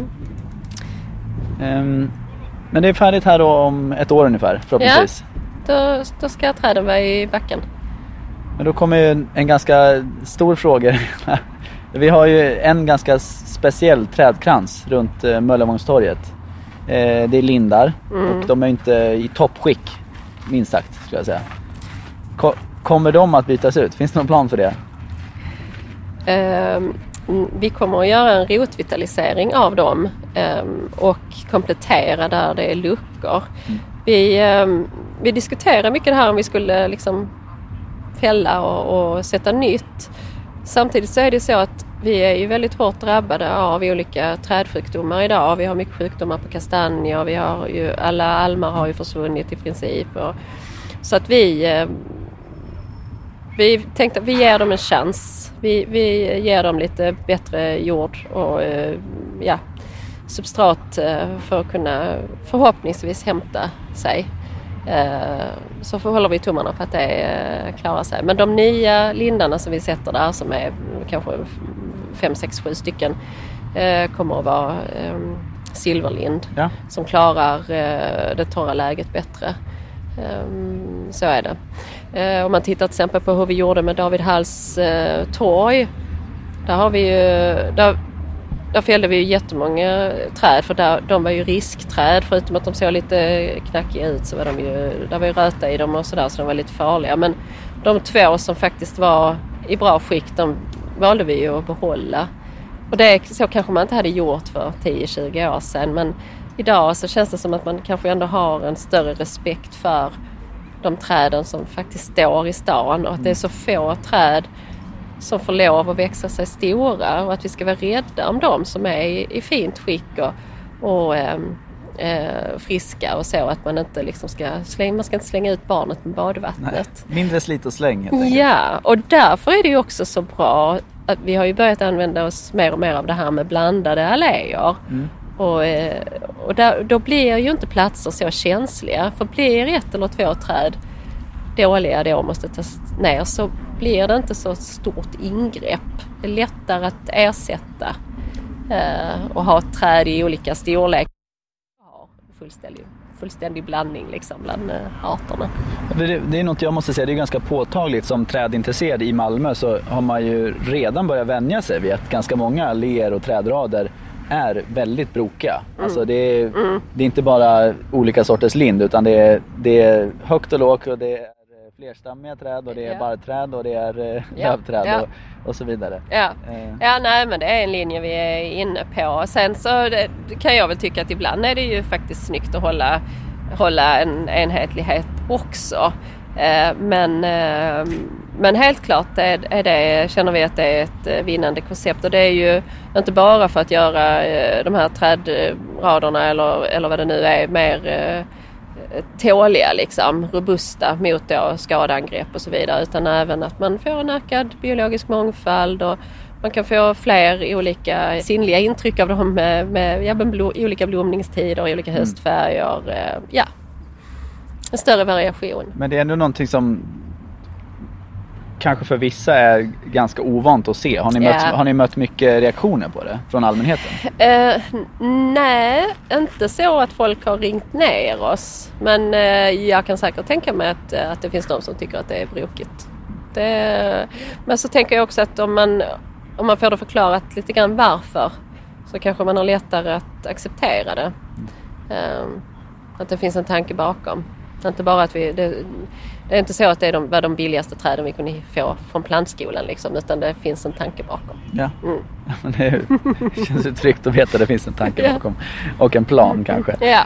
Men det är färdigt här då om ett år ungefär, förhoppningsvis. Ja, då ska träden vara i backen. Men då kommer ju en ganska stor fråga. Vi har ju en ganska speciell trädkrans runt Möllevångstorget. Det är lindar och de är inte i toppskick, minst sagt, skulle jag säga. Kommer de att bytas ut? Finns det någon plan för det? Vi kommer att göra en rotvitalisering av dem och komplettera där det är luckor. Vi diskuterar mycket det här om vi skulle liksom fälla och sätta nytt. Samtidigt så är det så att vi är ju väldigt hårt drabbade av olika trädsjukdomar idag. Vi har mycket sjukdomar på kastanjer, vi har ju, alla almar har ju försvunnit i princip. Så att vi tänkte att vi ger dem en chans. Vi ger dem lite bättre jord och substrat för att kunna förhoppningsvis hämta sig. Så håller vi tummarna på att det klarar sig. Men de nya lindarna som vi sätter där, som är kanske 5, 6, 7 stycken, kommer att vara silverlind som klarar det torra läget bättre. Så är det. Om man tittar till exempel på hur vi gjorde med David Halls torg, där har vi ju, där fällde vi ju jättemånga träd, för de var ju riskträd, förutom att de såg lite knackiga ut så var de ju, där var ju röta i dem och sådär, så de var lite farliga. Men de 2 som faktiskt var i bra skick, de valde vi ju att behålla. Och det så kanske man inte hade gjort för 10-20 år sedan, men idag så känns det som att man kanske ändå har en större respekt för de träden som faktiskt står i stan, och att det är så få träd som får lov att växa sig stora, och att vi ska vara rädda om dem som är i fint skick och friska och så, att man inte liksom man ska inte slänga ut barnet med badvattnet. Nej, mindre slit och släng helt enkelt. Ja, och därför är det ju också så bra att vi har ju börjat använda oss mer och mer av det här med blandade alléer. Och då blir ju inte platser så känsliga. För blir 1 eller 2 träd dåliga då måste tas ner, så blir det inte så stort ingrepp. Det är lättare att ersätta och ha träd i olika storlek. Fullständig blandning liksom bland arterna. Det är något jag måste säga, det är ganska påtagligt. Som trädintresserad i Malmö så har man ju redan börjat vänja sig vid att ganska många alléer och trädrader är väldigt brokiga. Alltså det är inte bara olika sorters lind, utan det är högt och lågt, och det är flerstammiga träd, och det är barrträd, och det är lövträd och så vidare. Nej, men det är en linje vi är inne på. Sen så kan jag väl tycka att ibland är det ju faktiskt snyggt att hålla en enhetlighet också. Men helt klart känner vi att det är ett vinnande koncept, och det är ju inte bara för att göra de här raderna eller vad det nu är mer tåliga, liksom, robusta mot då skadeangrepp och så vidare, utan även att man får en ökad biologisk mångfald och man kan få fler olika sinnliga intryck av dem med olika blomningstider, olika höstfärger, en större variation. Men det är ändå någonting som kanske för vissa är ganska ovant att se. Har ni mött mycket reaktioner på det från allmänheten? Nej, inte så att folk har ringt ner oss. Men jag kan säkert tänka mig att det finns de som tycker att det är brokigt. Men så tänker jag också att om man får det förklarat lite grann varför, så kanske man har lättare att acceptera det. Att det finns en tanke bakom. Inte bara att det är inte så att det var de billigaste träden vi kunde få från plantskolan, liksom, utan det finns en tanke bakom. Ja, det känns ju tryggt att veta att det finns en tanke bakom. Och en plan kanske. Ja.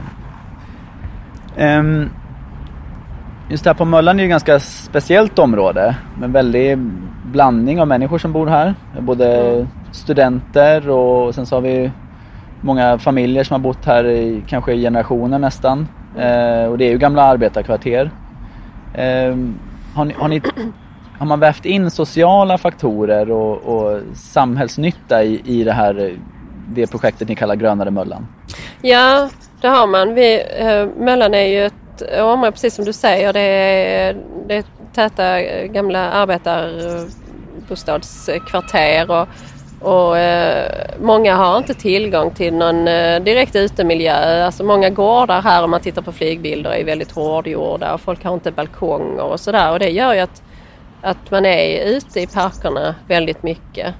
Just här på Möllan är ju ett ganska speciellt område med en väldig blandning av människor som bor här. Både studenter och sen så har vi många familjer som har bott här i kanske generationer nästan. Och det är ju gamla arbetarkvarter. Har man vävt in sociala faktorer och samhällsnytta i det projektet ni kallar Grönare Möllan? Ja, det har man. Möllan är ju ett område, precis som du säger, det är täta gamla arbetarbostadskvarter och många har inte tillgång till någon direkt utemiljö. Alltså många gårdar här, om man tittar på flygbilder, är väldigt hårdgjorda och folk har inte balkonger och sådär. Och det gör ju att man är ute i parkerna väldigt mycket.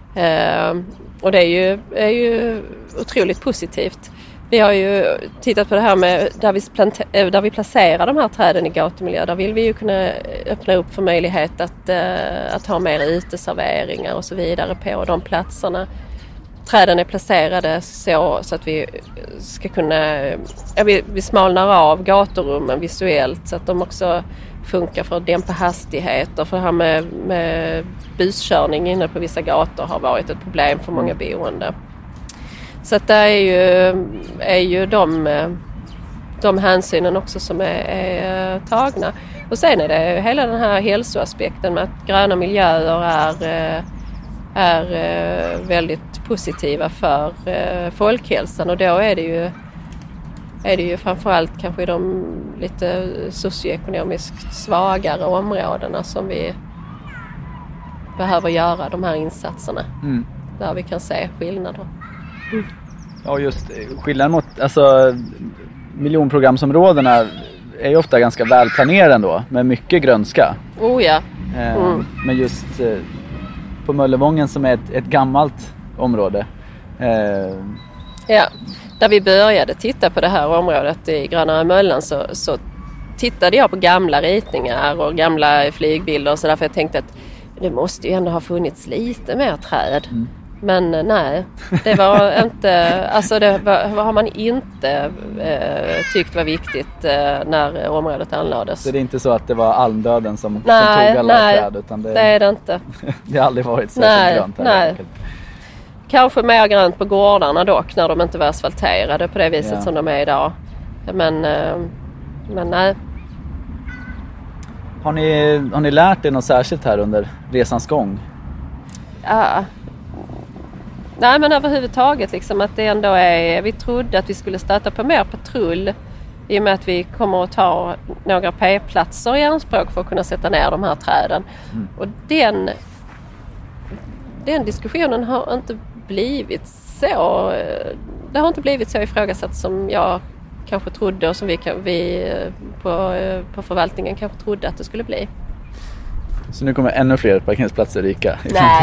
Och det är ju otroligt positivt. Vi har ju tittat på det här med där vi placerar de här träden i gatumiljö. Där vill vi ju kunna öppna upp för möjlighet att ha mer uteserveringar och så vidare på de platserna. Träden är placerade så att vi ska kunna... vi smalnar av gaturummen visuellt så att de också funkar för att dämpa hastigheter. För det här med buskörning inne på vissa gator har varit ett problem för många boende. Så att det är ju de hänsynen också som är tagna. Och sen är det hela den här hälsoaspekten med att gröna miljöer är väldigt positiva för folkhälsan. Och då är det ju framförallt kanske de lite socioekonomiskt svagare områdena som vi behöver göra de här insatserna. Där vi kan se skillnader. Ja, just skillnaden mot miljonprogramsområdena är ju ofta ganska välplanerade ändå, med mycket grönska. Oh ja. Men just på Möllevången som är ett gammalt område. Ja, där vi började titta på det här området i Grönare Möllan så tittade jag på gamla ritningar och gamla flygbilder och så där, för jag tänkte att det måste ju ändå ha funnits lite mer träd. Men nej, det var inte, alltså det har man inte tyckt var viktigt när området anlades. Så det är inte så att det var almdöden som tog alla träd? Utan det är det inte. Det har aldrig varit särskilt grönt här. Nej. Kanske mer grönt på gårdarna dock, när de inte var asfalterade på det viset som de är idag. Men nej. Har ni lärt er något särskilt här under resans gång? Ja. Nej, men överhuvudtaget liksom att det ändå är... Vi trodde att vi skulle starta på mer patrull i och med att vi kommer att ta några p-platser i anspråk för att kunna sätta ner de här träden. Och den diskussionen har inte blivit så... Det har inte blivit så ifrågasatt som jag kanske trodde och som vi på förvaltningen kanske trodde att det skulle bli. Så nu kommer ännu fler parkeringsplatser ryka?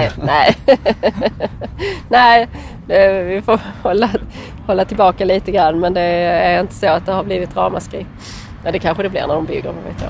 Nej, vi får hålla tillbaka lite grann, men det är inte så att det har blivit ramaskri. Ja, det kanske det blir när de bygger, vad vet jag.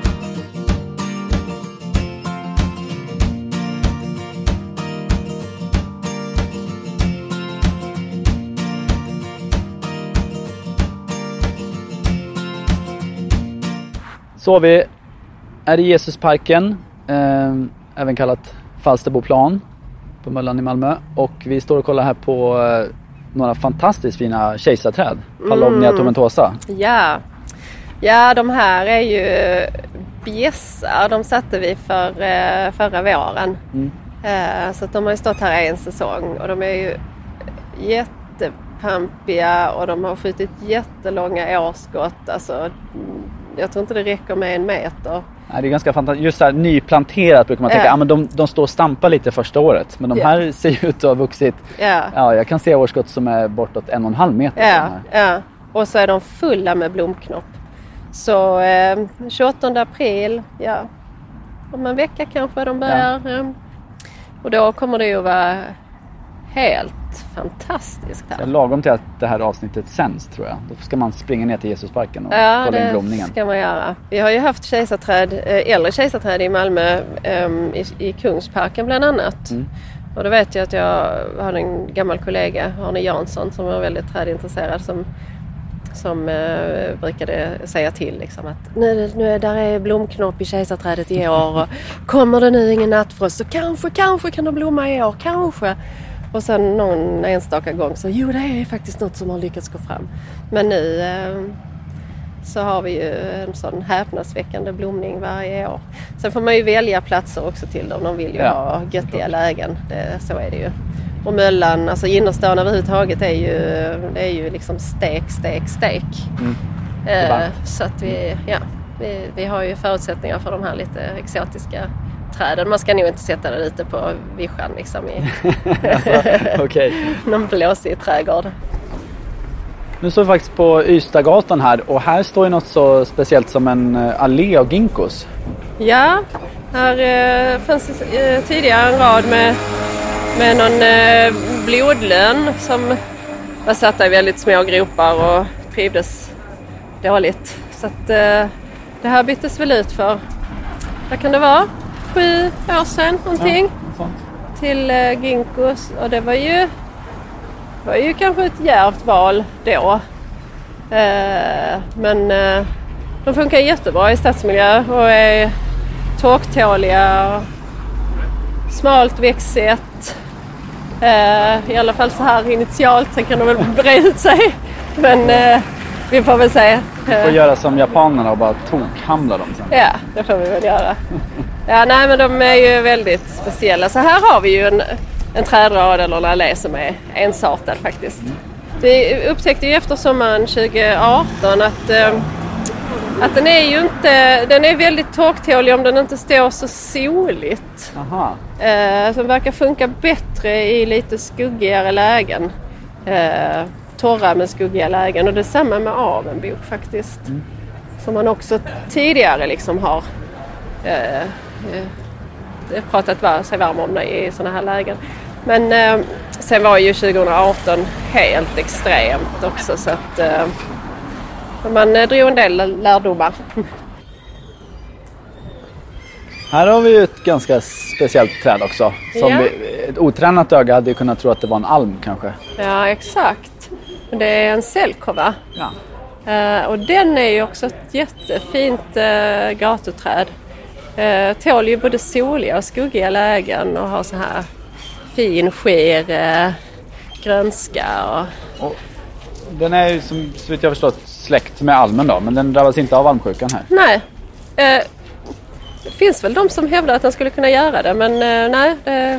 Så vi är i Jesusparken, även kallat Falsterboplan på Möllan i Malmö. Och vi står och kollar här på några fantastiskt fina kejsarträd. Paulownia tomentosa. Ja, de här är ju bjässar. De satte vi förra våren. Så att de har ju stått här en säsong och de är ju jättepampiga och de har skjutit jättelånga årskott. Alltså, jag tror inte det räcker med 1 meter. Nej, det är ganska fantastiskt. Just så här nyplanterat brukar man tänka, men de står och stampar lite första året. Men de här ser ju ut att ha vuxit. Ja, jag kan se årskott som är bortåt 1,5 meter. Ja, och så är de fulla med blomknopp. Så 28 april, om en vecka kanske de börjar. Och då kommer det ju vara helt fantastiskt här. Så lagom till att det här avsnittet sänds, tror jag. Då ska man springa ner till Jesusparken och kolla in blomningen. Ja, det ska man göra. Vi har ju haft äldre kejsarträd i Malmö i Kungsparken bland annat. Och då vet jag att jag har en gammal kollega, Arne Jansson, som var väldigt trädintresserad som brukade säga till liksom, att nu där är blomknopp i kejsarträdet i år och kommer det nu ingen nattfrost så kanske kan de blomma i år, kanske. Och sen någon enstaka gång så det är faktiskt något som har lyckats gå fram. Men nu så har vi ju en sån häpnadsväckande blomning varje år. Sen får man ju välja platser också till dem. De vill ju ha göttiga lägen, så är det ju. Och Möllan, alltså innerstan överhuvudtaget är ju liksom stek. Så att vi har ju förutsättningar för de här lite exotiska träden. Man ska nog inte sätta det ute på vischan liksom i någon blåsig trädgård. Nu står vi faktiskt på Ystadgatan här och här står ju något så speciellt som en allé av ginkgos. Ja, här fanns tidigare en rad med någon blodlön som var satta i väldigt små gropar och trivdes dåligt. Så att det här byttes väl ut för, vad kan det vara? 7 år sedan någonting. Till ginkgos. Och det var ju kanske ett djärvt val då. Men de funkar jättebra i stadsmiljö och är torktåliga och smalt växtsätt. I alla fall så här initialt, sen kan de väl breda ut sig. Men vi får väl se. Vi får göra som japanerna och bara tokhamla dem sen. Ja, det får vi väl göra. Men de är ju väldigt speciella. Så här har vi ju en trädrad eller en allé som är ensartad faktiskt. Vi upptäckte ju efter sommaren 2018 att den är väldigt torktålig om den inte står så soligt. Aha. Så den verkar funka bättre i lite skuggigare lägen. Torra med skuggiga lägen. Och det är samma med avenbok faktiskt. Som man också tidigare liksom har pratat sig varm om i sådana här lägen. Men sen var ju 2018 helt extremt också så att man drog en del lärdomar. Här har vi ju ett ganska speciellt träd också. Som ett otränat öga hade ju kunnat tro att det var en alm kanske. Ja, exakt. Det är en sällkova. Ja. Och den är ju också ett jättefint gatuträd. Tål ju både soliga och skuggiga lägen och har så här fin sker grönska. Och den är ju som så vitt jag förstått släkt med almen då, men den drabbas inte av almsjukan här. Nej, det finns väl de som hävdar att den skulle kunna göra det, men nej,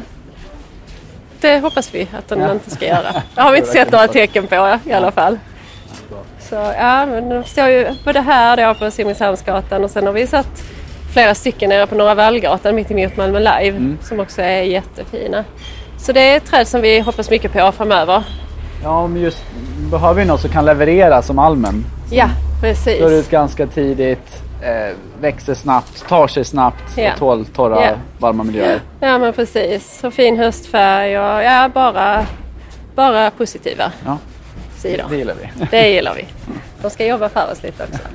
det hoppas vi att den inte ska göra. Det har vi inte sett några tecken på i alla fall. Så men de står ju både här då på Simrishamnsgatan och sen har vi satt flera stycken nere på Norra Vallgatan mitt emot Malmö Live som också är jättefina. Så det är ett träd som vi hoppas mycket på framöver. Ja, men just behöver vi något som kan leverera som almen. Ja, precis. Står ut ganska tidigt, växer snabbt, tar sig snabbt och tål torra, varma miljöer. Ja, men precis. Så fin höstfärg och bara positiva sidor. Det gillar vi. Det gillar vi. De ska jobba för oss lite också.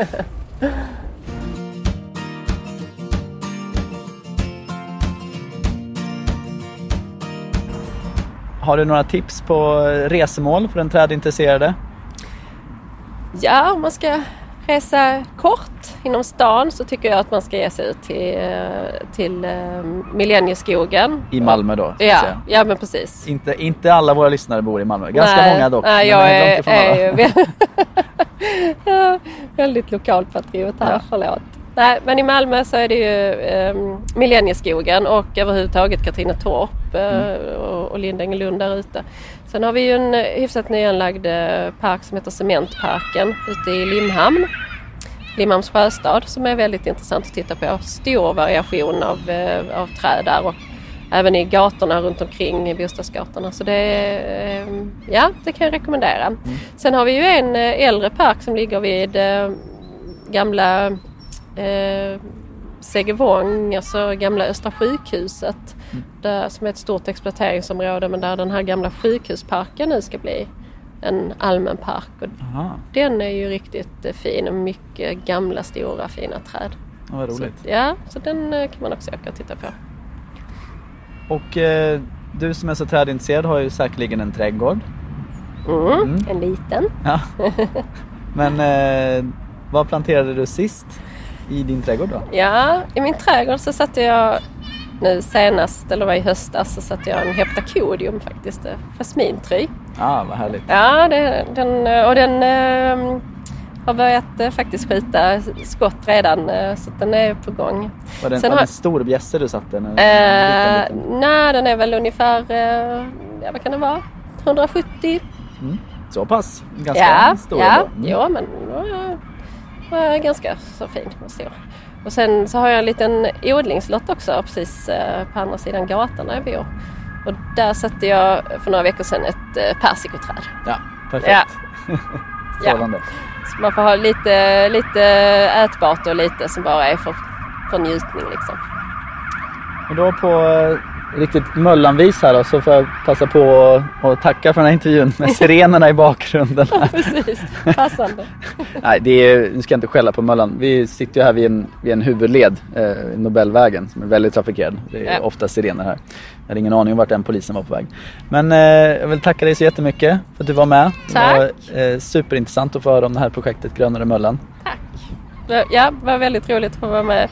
Har du några tips på resemål för den trädintresserade? Ja, om man ska resa kort inom stan så tycker jag att man ska ge sig ut till Millennieskogen. I Malmö då? Ja, men precis. Inte alla våra lyssnare bor i Malmö. Ganska många dock. Nej, jag är väldigt lokalpatriot här, förlåt. Nej, men i Malmö så är det ju Millennieskogen och överhuvudtaget Katrinetorp och Lindängelund där ute. Sen har vi ju en hyfsat nyanlagd park som heter Cementparken ute i Limhamns sjöstad som är väldigt intressant att titta på. Stor variation av träd där och även i gatorna runt omkring i bostadsgatorna. Så det kan jag rekommendera. Sen har vi ju en äldre park som ligger vid gamla Segevång, alltså gamla Östra sjukhuset där, som är ett stort exploateringsområde, men där den här gamla sjukhusparken nu ska bli en allmän park. Och den är ju riktigt fin och mycket gamla, stora, fina träd. Ja, vad roligt. Så den kan man också åka och titta på. Och du som är så trädintresserad har ju säkerligen en trädgård. En liten. Ja. Men vad planterade du sist i din trädgård då? Ja, i min trädgård så satte jag nu senast, eller var i höstas, så satte jag en heptacodium faktiskt, jasmintry. Vad härligt. Ja, den har börjat faktiskt skjuta skott redan, så den är på gång. Var det en stor bjässe du satte? Nej, den är väl ungefär, vad kan det vara? 170. Så pass? Ganska stor. Ja, men ganska så fin och stor. Och sen så har jag en liten odlingslott också precis på andra sidan gatan där jag bor. Och där satte jag för några veckor sedan ett persikoträd. Ja, perfekt. Strålande. Så man får ha lite ätbart och lite som bara är för njutning liksom. Och då på riktigt möllanvis här då, så får jag passa på att tacka för den här intervjun med sirenerna i bakgrunden. Ja, precis. Passande. Nej, nu ska jag inte skälla på Möllan. Vi sitter ju här vid en huvudled, Nobelvägen, som är väldigt trafikerad. Det är ofta sirener här. Jag hade ingen aning om vart den polisen var på väg. Men jag vill tacka dig så jättemycket för att du var med. Tack. Det var superintressant att få höra om det här projektet Grönare Möllan. Tack. Ja, det var väldigt roligt att få vara med.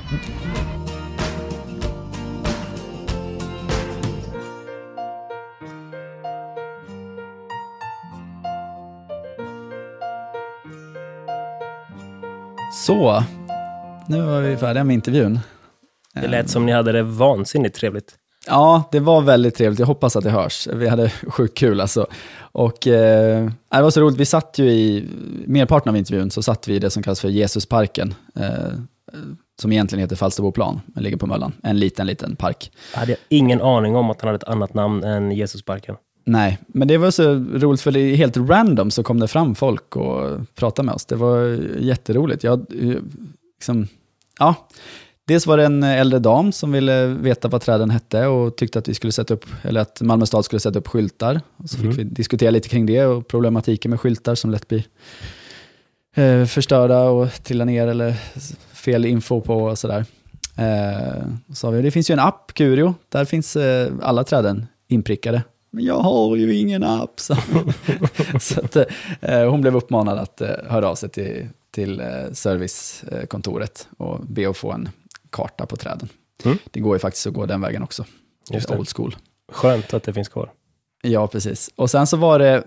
Så, nu var vi färdiga med intervjun. Det lät som ni hade det vansinnigt trevligt. Ja, det var väldigt trevligt. Jag hoppas att det hörs. Vi hade sjukt kul alltså. Och det var så roligt. Vi satt ju i merparten av intervjun så satt vi i det som kallas för Jesusparken. Som egentligen heter Falsterboplan. Den ligger på Möllan. En liten park. Jag hade ingen aning om att han hade ett annat namn än Jesusparken. Nej, men det var så roligt för det är helt random så kom det fram folk och pratade med oss. Det var jätteroligt. Dels var det en äldre dam som ville veta vad träden hette och tyckte att vi skulle sätta upp, eller att Malmö stad skulle sätta upp skyltar. Och så fick vi diskutera lite kring det och problematiken med skyltar som lätt blir förstörda och trilla ner eller fel info på och sådär. Så det finns ju en app, Curio, där finns alla träden inprickade. Men jag har ju ingen app. Så att, hon blev uppmanad att höra av sig till servicekontoret och be att få en karta på träden. Det går ju faktiskt att gå den vägen också. Just old school. Skönt att det finns kvar. Ja, precis. Och sen så var det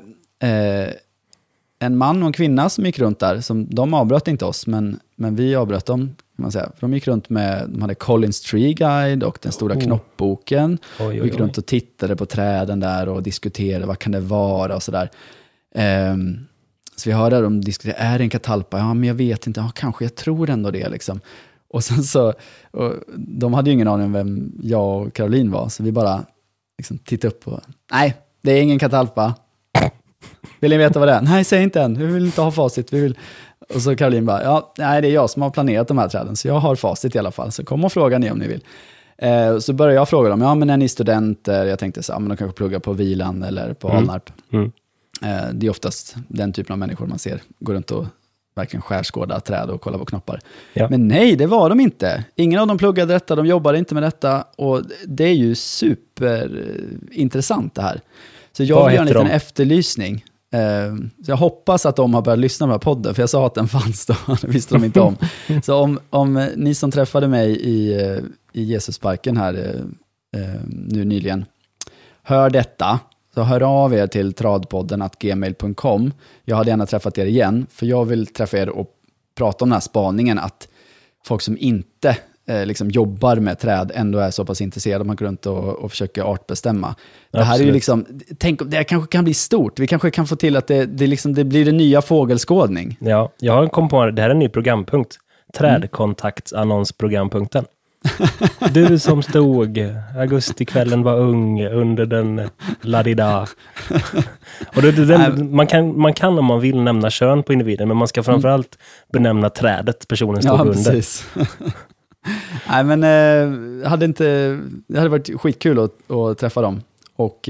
en man och en kvinna som gick runt där. De avbröt inte oss, men vi avbröt dem. Kan man säga. För de gick runt de hade Collins Tree Guide och den stora knoppboken. Vi gick runt och tittade på träden där och diskuterade vad kan det vara och sådär. Så vi hörde dem diskutera, är det en katalpa? Ja, men jag vet inte. Ja, kanske, jag tror ändå det liksom. Och sen så, de hade ju ingen aning om vem jag och Caroline var. Så vi bara liksom tittade upp och, nej, det är ingen katalpa. Vill ni veta vad det är? Nej, säg inte än. Vi vill inte ha facit. Och så Caroline bara, nej, det är jag som har planerat de här träden. Så jag har facit i alla fall. Så kom och fråga ni om ni vill. Så började jag fråga dem, men är ni studenter? Jag tänkte så, men de kanske pluggar på Vilan eller på Alnarp. Det är oftast den typen av människor man ser gå runt och verkligen skärskåda träd och kolla på knoppar. Ja. Men nej, det var de inte. Ingen av dem pluggade detta, de jobbade inte med detta. Och det är ju superintressant det här. Så jag vill göra en liten efterlysning Så jag hoppas att de har börjat lyssna på den här podden, för jag sa att den fanns då, det visste de inte om. Så om ni som träffade mig i Jesusparken här nu nyligen hör detta, så hör av er till tradpodden@gmail.com. Jag hade gärna träffat er igen, för jag vill träffa er och prata om den här spaningen att folk som inte liksom jobbar med träd ändå är så pass intresserade att man går runt och försöker artbestämma. Det här är ju liksom, tänk om det kanske kan bli stort. Vi kanske kan få till att det blir en nya fågelskådning. Ja, jag har kommit på det här är en ny programpunkt. Trädkontaktsannonsprogrampunkten. Du som stod, augustikvällen var ung under den ladida. Och man kan om man vill nämna kön på individen, men man ska framförallt benämna trädet personen stod under. Precis. Nej, men det hade varit skitkul att träffa dem. Och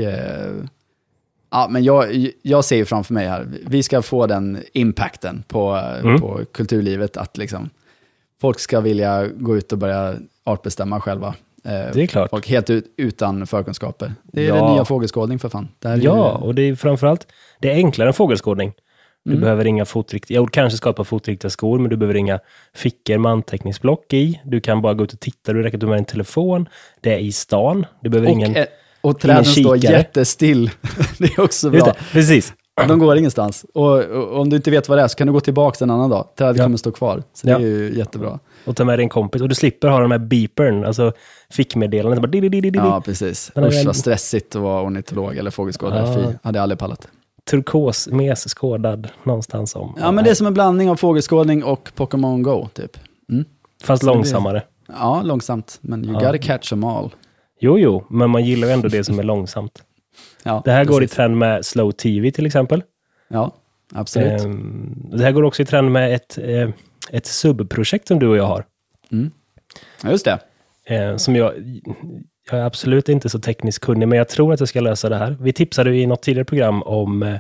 men jag ser ju framför mig här, vi ska få den impacten på kulturlivet, att liksom folk ska vilja gå ut och börja artbestämma själva. Det är klart. Folk helt utan förkunskaper. Det är den nya fågelskådning för fan. Och det är framförallt, det är enklare än fågelskådning. Du behöver inga kanske skapa fotriktiga skor, men du behöver inga fickor med anteckningsblock i. Du kan bara gå ut och titta, du räcker med en telefon. Det är i stan. Du behöver och träden står jättestill. Det är också bra. Precis. De går ingenstans. Och om du inte vet vad det är så kan du gå tillbaka en annan dag. Trädet kommer stå kvar. Så det är ju jättebra. Och ta med din kompis. Och du slipper ha de här beepern, alltså fickmeddelandet. Ja, precis. Usch, vad stressigt att vara ornitolog eller fågelskådare. Hade jag aldrig pallat. Turkos mes skådad någonstans om. Ja, men det är som en blandning av fågelskådning och Pokémon Go, typ. Fast så långsammare. Ja, långsamt. Men you gotta catch them all. Jo, men man gillar ju ändå det som är långsamt. Ja, det här går i trend med slow TV till exempel. Ja, absolut. Det här går också i trend med ett subprojekt som du och jag har. Ja, just det. Som jag är absolut inte så tekniskt kunnig, men jag tror att jag ska lösa det här. Vi tipsade i något tidigare program om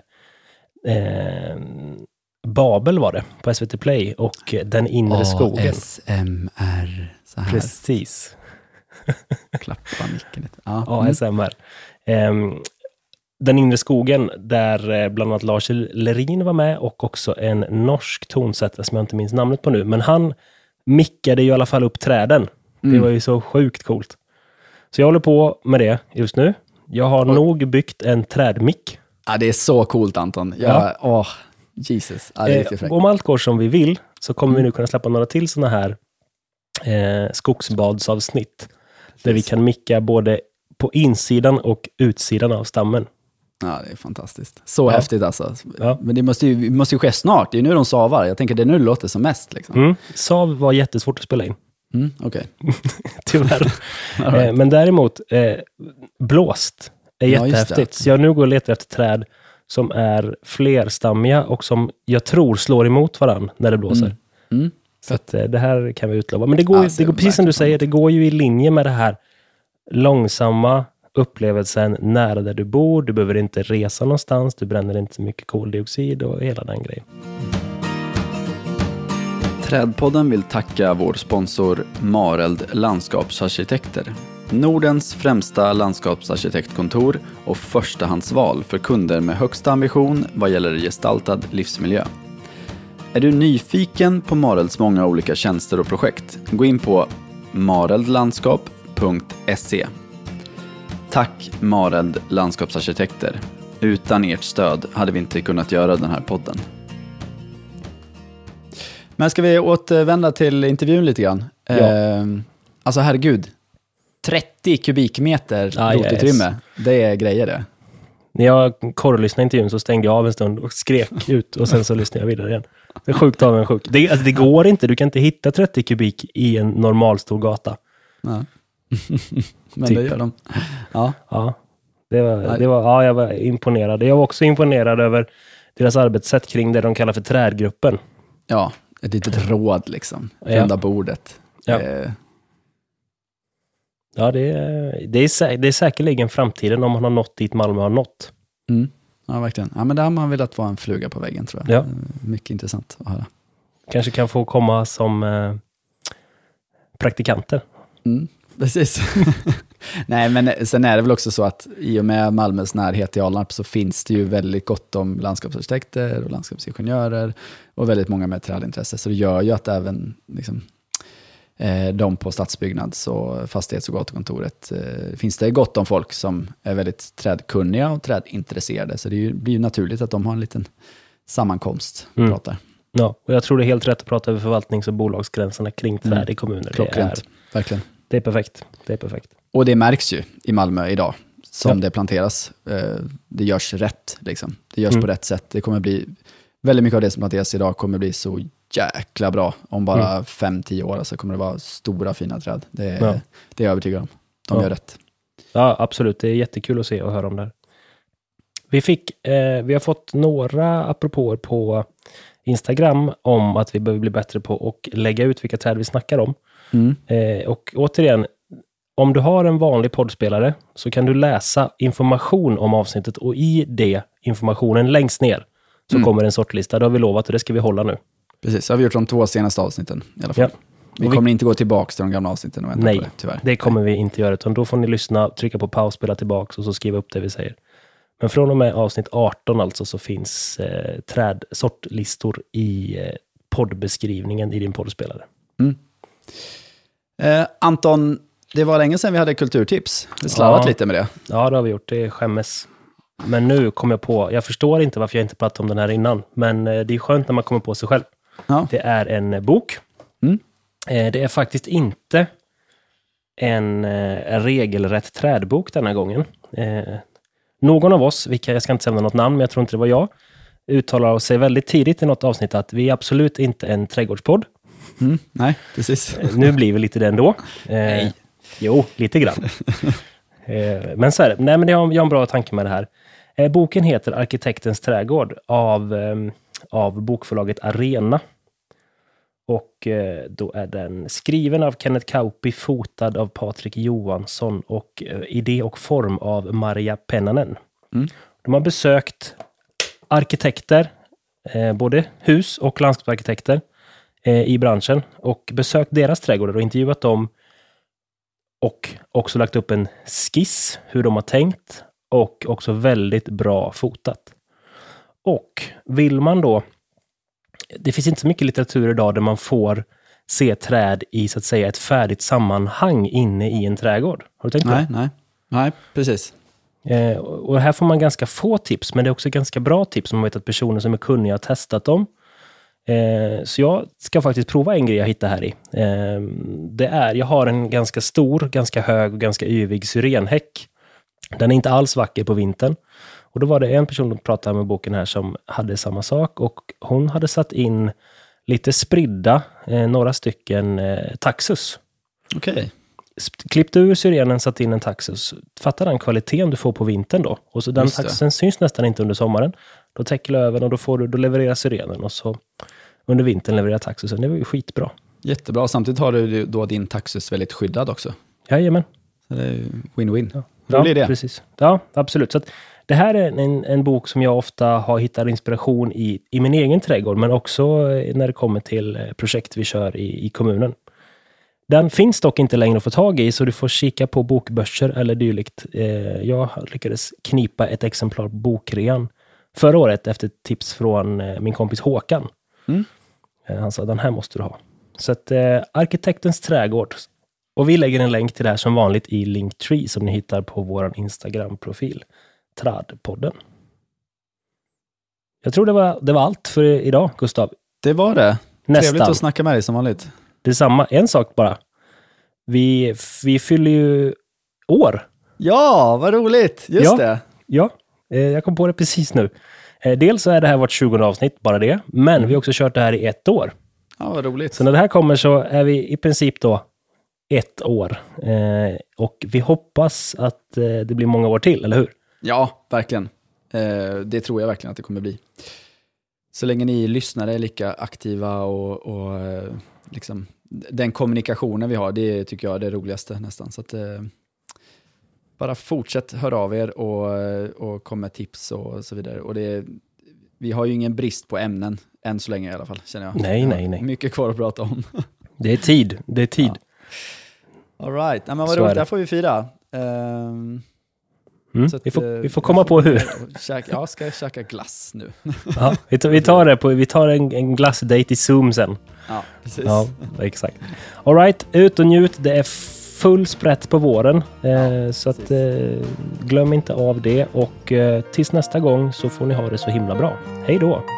Babel var det, på SVT Play, och Den inre skogen. ASMR. Så här. Precis. Klappa micken lite. ASMR. Den inre skogen, där bland annat Lars Lerin var med, och också en norsk tonsättare som jag inte minns namnet på nu, men han mickade ju i alla fall upp träden. Det var ju så sjukt coolt. Så jag håller på med det just nu. Jag har nog byggt en trädmick. Ja, det är så coolt, Anton. Jesus. Ja, det är riktigt fräckt. Om allt går som vi vill så kommer vi nu kunna släppa några till såna här skogsbadsavsnitt. Där vi kan micka både på insidan och utsidan av stammen. Ja, det är fantastiskt. Så häftigt alltså. Ja. Men det måste ju ske snart. Det är nu de savar. Jag tänker det är nu det låter som mest. Liksom. Sav var jättesvårt att spela in. Okej. Tyvärr. Men däremot, blåst är jättehäftigt. Så jag nu går och letar efter träd som är flerstammiga och som jag tror slår emot varann när det blåser. Så att, det här kan vi utlova. Men det går precis som du säger, det går ju i linje med det här långsamma upplevelsen nära där du bor. Du behöver inte resa någonstans, du bränner inte så mycket koldioxid och hela den grejen. Trädpodden vill tacka vår sponsor Mareld Landskapsarkitekter. Nordens främsta landskapsarkitektkontor och förstahandsval för kunder med högsta ambition vad gäller gestaltad livsmiljö. Är du nyfiken på Marelds många olika tjänster och projekt? Gå in på mareldlandskap.se. Tack Mareld Landskapsarkitekter. Utan ert stöd hade vi inte kunnat göra den här podden. Men ska vi återvända till intervjun lite grann? Alltså herregud. 30 kubikmeter rotutrymme. Det är grejer det. När jag korrlyssnade intervjun så stängde jag av en stund och skrek ut och sen så lyssnade jag vidare igen. Det är sjukt av en sjuk. Det går inte. Du kan inte hitta 30 kubik i en normalstor gata. Ja. Men det gör de. Ja. Jag var imponerad. Jag var också imponerad över deras arbetssätt kring det de kallar för trädgruppen. Ja, ett litet råd liksom. Runda bordet. Ja. Ja, det är säkerligen framtiden om man har nått dit Malmö har nått. Ja, verkligen. Ja, men där har man velat vara en fluga på väggen, tror jag. Ja. Mycket intressant att höra. Kanske kan få komma som praktikanter. Precis. Nej, men sen är det väl också så att i och med Malmös närhet till Alnarp så finns det ju väldigt gott om landskapsarkitekter och landskapsingenjörer och väldigt många med trädintresse. Så det gör ju att även liksom, de på stadsbyggnads- och fastighets- och gatukontoret finns det gott om folk som är väldigt trädkunniga och trädintresserade. Så det blir ju naturligt att de har en liten sammankomst och pratar. Ja, och jag tror det är helt rätt att prata över förvaltnings- och bolagsgränserna kring träd i kommuner. Klockrent, verkligen. Det är perfekt. Det är perfekt. Och det märks ju i Malmö idag som det planteras. Det görs rätt, liksom. Det görs på rätt sätt. Det kommer bli, väldigt mycket av det som planteras idag kommer bli så jäkla bra. Om bara 5-10 år så kommer det vara stora fina träd. Det är jag övertygad om. De gör rätt. Ja, absolut. Det är jättekul att se och höra om det här. Vi har fått några apropåer på Instagram om att vi behöver bli bättre på att lägga ut vilka träd vi snackar om. Och återigen, om du har en vanlig poddspelare så kan du läsa information om avsnittet och i det informationen längst ner så kommer en sortlista. Det har vi lovat och det ska vi hålla nu. Precis, så har vi gjort de 2 senaste avsnitten i alla fall. Ja. Vi kommer inte gå tillbaka till de gamla avsnitten och vänta på det, tyvärr. Det kommer vi inte göra, utan då får ni lyssna, trycka på paus, spela tillbaka och så skriva upp det vi säger. Men från och med avsnitt 18 alltså så finns trädsortlistor i poddbeskrivningen i din poddspelare. Anton, det var länge sedan vi hade kulturtips. Vi slarvat lite med det. Ja, det har vi gjort. Det är skämmes. Men nu kom jag på, jag förstår inte varför jag inte pratade om den här innan, men det är skönt när man kommer på sig själv. Ja. Det är en bok. Det är faktiskt inte en regelrätt trädbok denna gången. Någon av oss, jag ska inte säga något namn, men jag tror inte det var jag, uttalar sig väldigt tidigt i något avsnitt att vi är absolut inte en trädgårdspodd. Nej, precis. Nu blir vi lite det ändå. Nej. Jo, lite grann. Men så är det. Nej, men jag har en bra tanke med det här. Boken heter Arkitektens trädgård av bokförlaget Arena. Och då är den skriven av Kenneth Kauppi, fotad av Patrik Johansson och idé och form av Maria Pennanen. De har besökt arkitekter, både hus- och landskapsarkitekter i branschen och besökt deras trädgårdar och intervjuat dem och också lagt upp en skiss hur de har tänkt och också väldigt bra fotat. Och vill man då, det finns inte så mycket litteratur idag där man får se träd i så att säga ett färdigt sammanhang inne i en trädgård. Har du tänkt på det? Nej, precis. Och här får man ganska få tips, men det är också ganska bra tips om man vet att personer som är kunniga har testat dem. Så jag ska faktiskt prova en grej jag hittar här i. Jag har en ganska stor, ganska hög och ganska yvig syrenhäck. Den är inte alls vacker på vintern. Och då var det en person som pratade med boken här som hade samma sak. Och hon hade satt in lite spridda, några stycken taxus. Okej. Klippte ur syrenen, satt in en taxus. Fattar den kvaliteten du får på vintern då. Och så den taxusen syns nästan inte under sommaren. Då täcker löven och då levererar syrenen. Och så under vintern levererar taxusen. Det var ju skitbra. Jättebra. Samtidigt har du då din taxus väldigt skyddad också. Jajamän. Så det är win-win. Ja, idé. Precis. Ja, absolut. Så att det här är en bok som jag ofta har hittat inspiration i min egen trädgård, men också när det kommer till projekt vi kör i kommunen. Den finns dock inte längre att få tag i, så du får kika på bokbörser eller dylikt. Jag lyckades knipa ett exemplar på bokrean förra året efter tips från min kompis Håkan. Han sa, den här måste du ha. Så att Arkitektens trädgård. Och vi lägger en länk till det här som vanligt i Linktree som ni hittar på vår Instagram-profil. Tradpodden. Jag tror det var allt för idag, Gustav. Det var det. Nästan. Trevligt att snacka med dig som vanligt. Det är samma. En sak bara. Vi fyller ju år. Ja, vad roligt. Just det. Ja, jag kom på det precis nu. Dels så är det här vårt 20:e avsnitt, bara det. Men vi har också kört det här i 1 år. Ja, vad roligt. Så när det här kommer så är vi i princip då 1 år. Och vi hoppas att det blir många år till, eller hur? Ja, verkligen. Det tror jag verkligen att det kommer bli. Så länge ni lyssnare är lika aktiva och liksom, den kommunikationen vi har, det tycker jag är det roligaste nästan. Så att, bara fortsätt höra av er och kom med tips och så vidare. Och vi har ju ingen brist på ämnen än så länge i alla fall, känner jag. Nej. Mycket kvar att prata om. Det är tid. Ja. All right. Men vad roligt, där får vi fira. Så att, vi får komma på hur. Ska jag käka glass nu? Ja, vi tar en glassdate i Zoom sen. Ja, precis. Ja, exakt. All right, ut och njut. Det är full sprätt på våren. Så att, glöm inte av det. Och tills nästa gång så får ni ha det så himla bra. Hej då!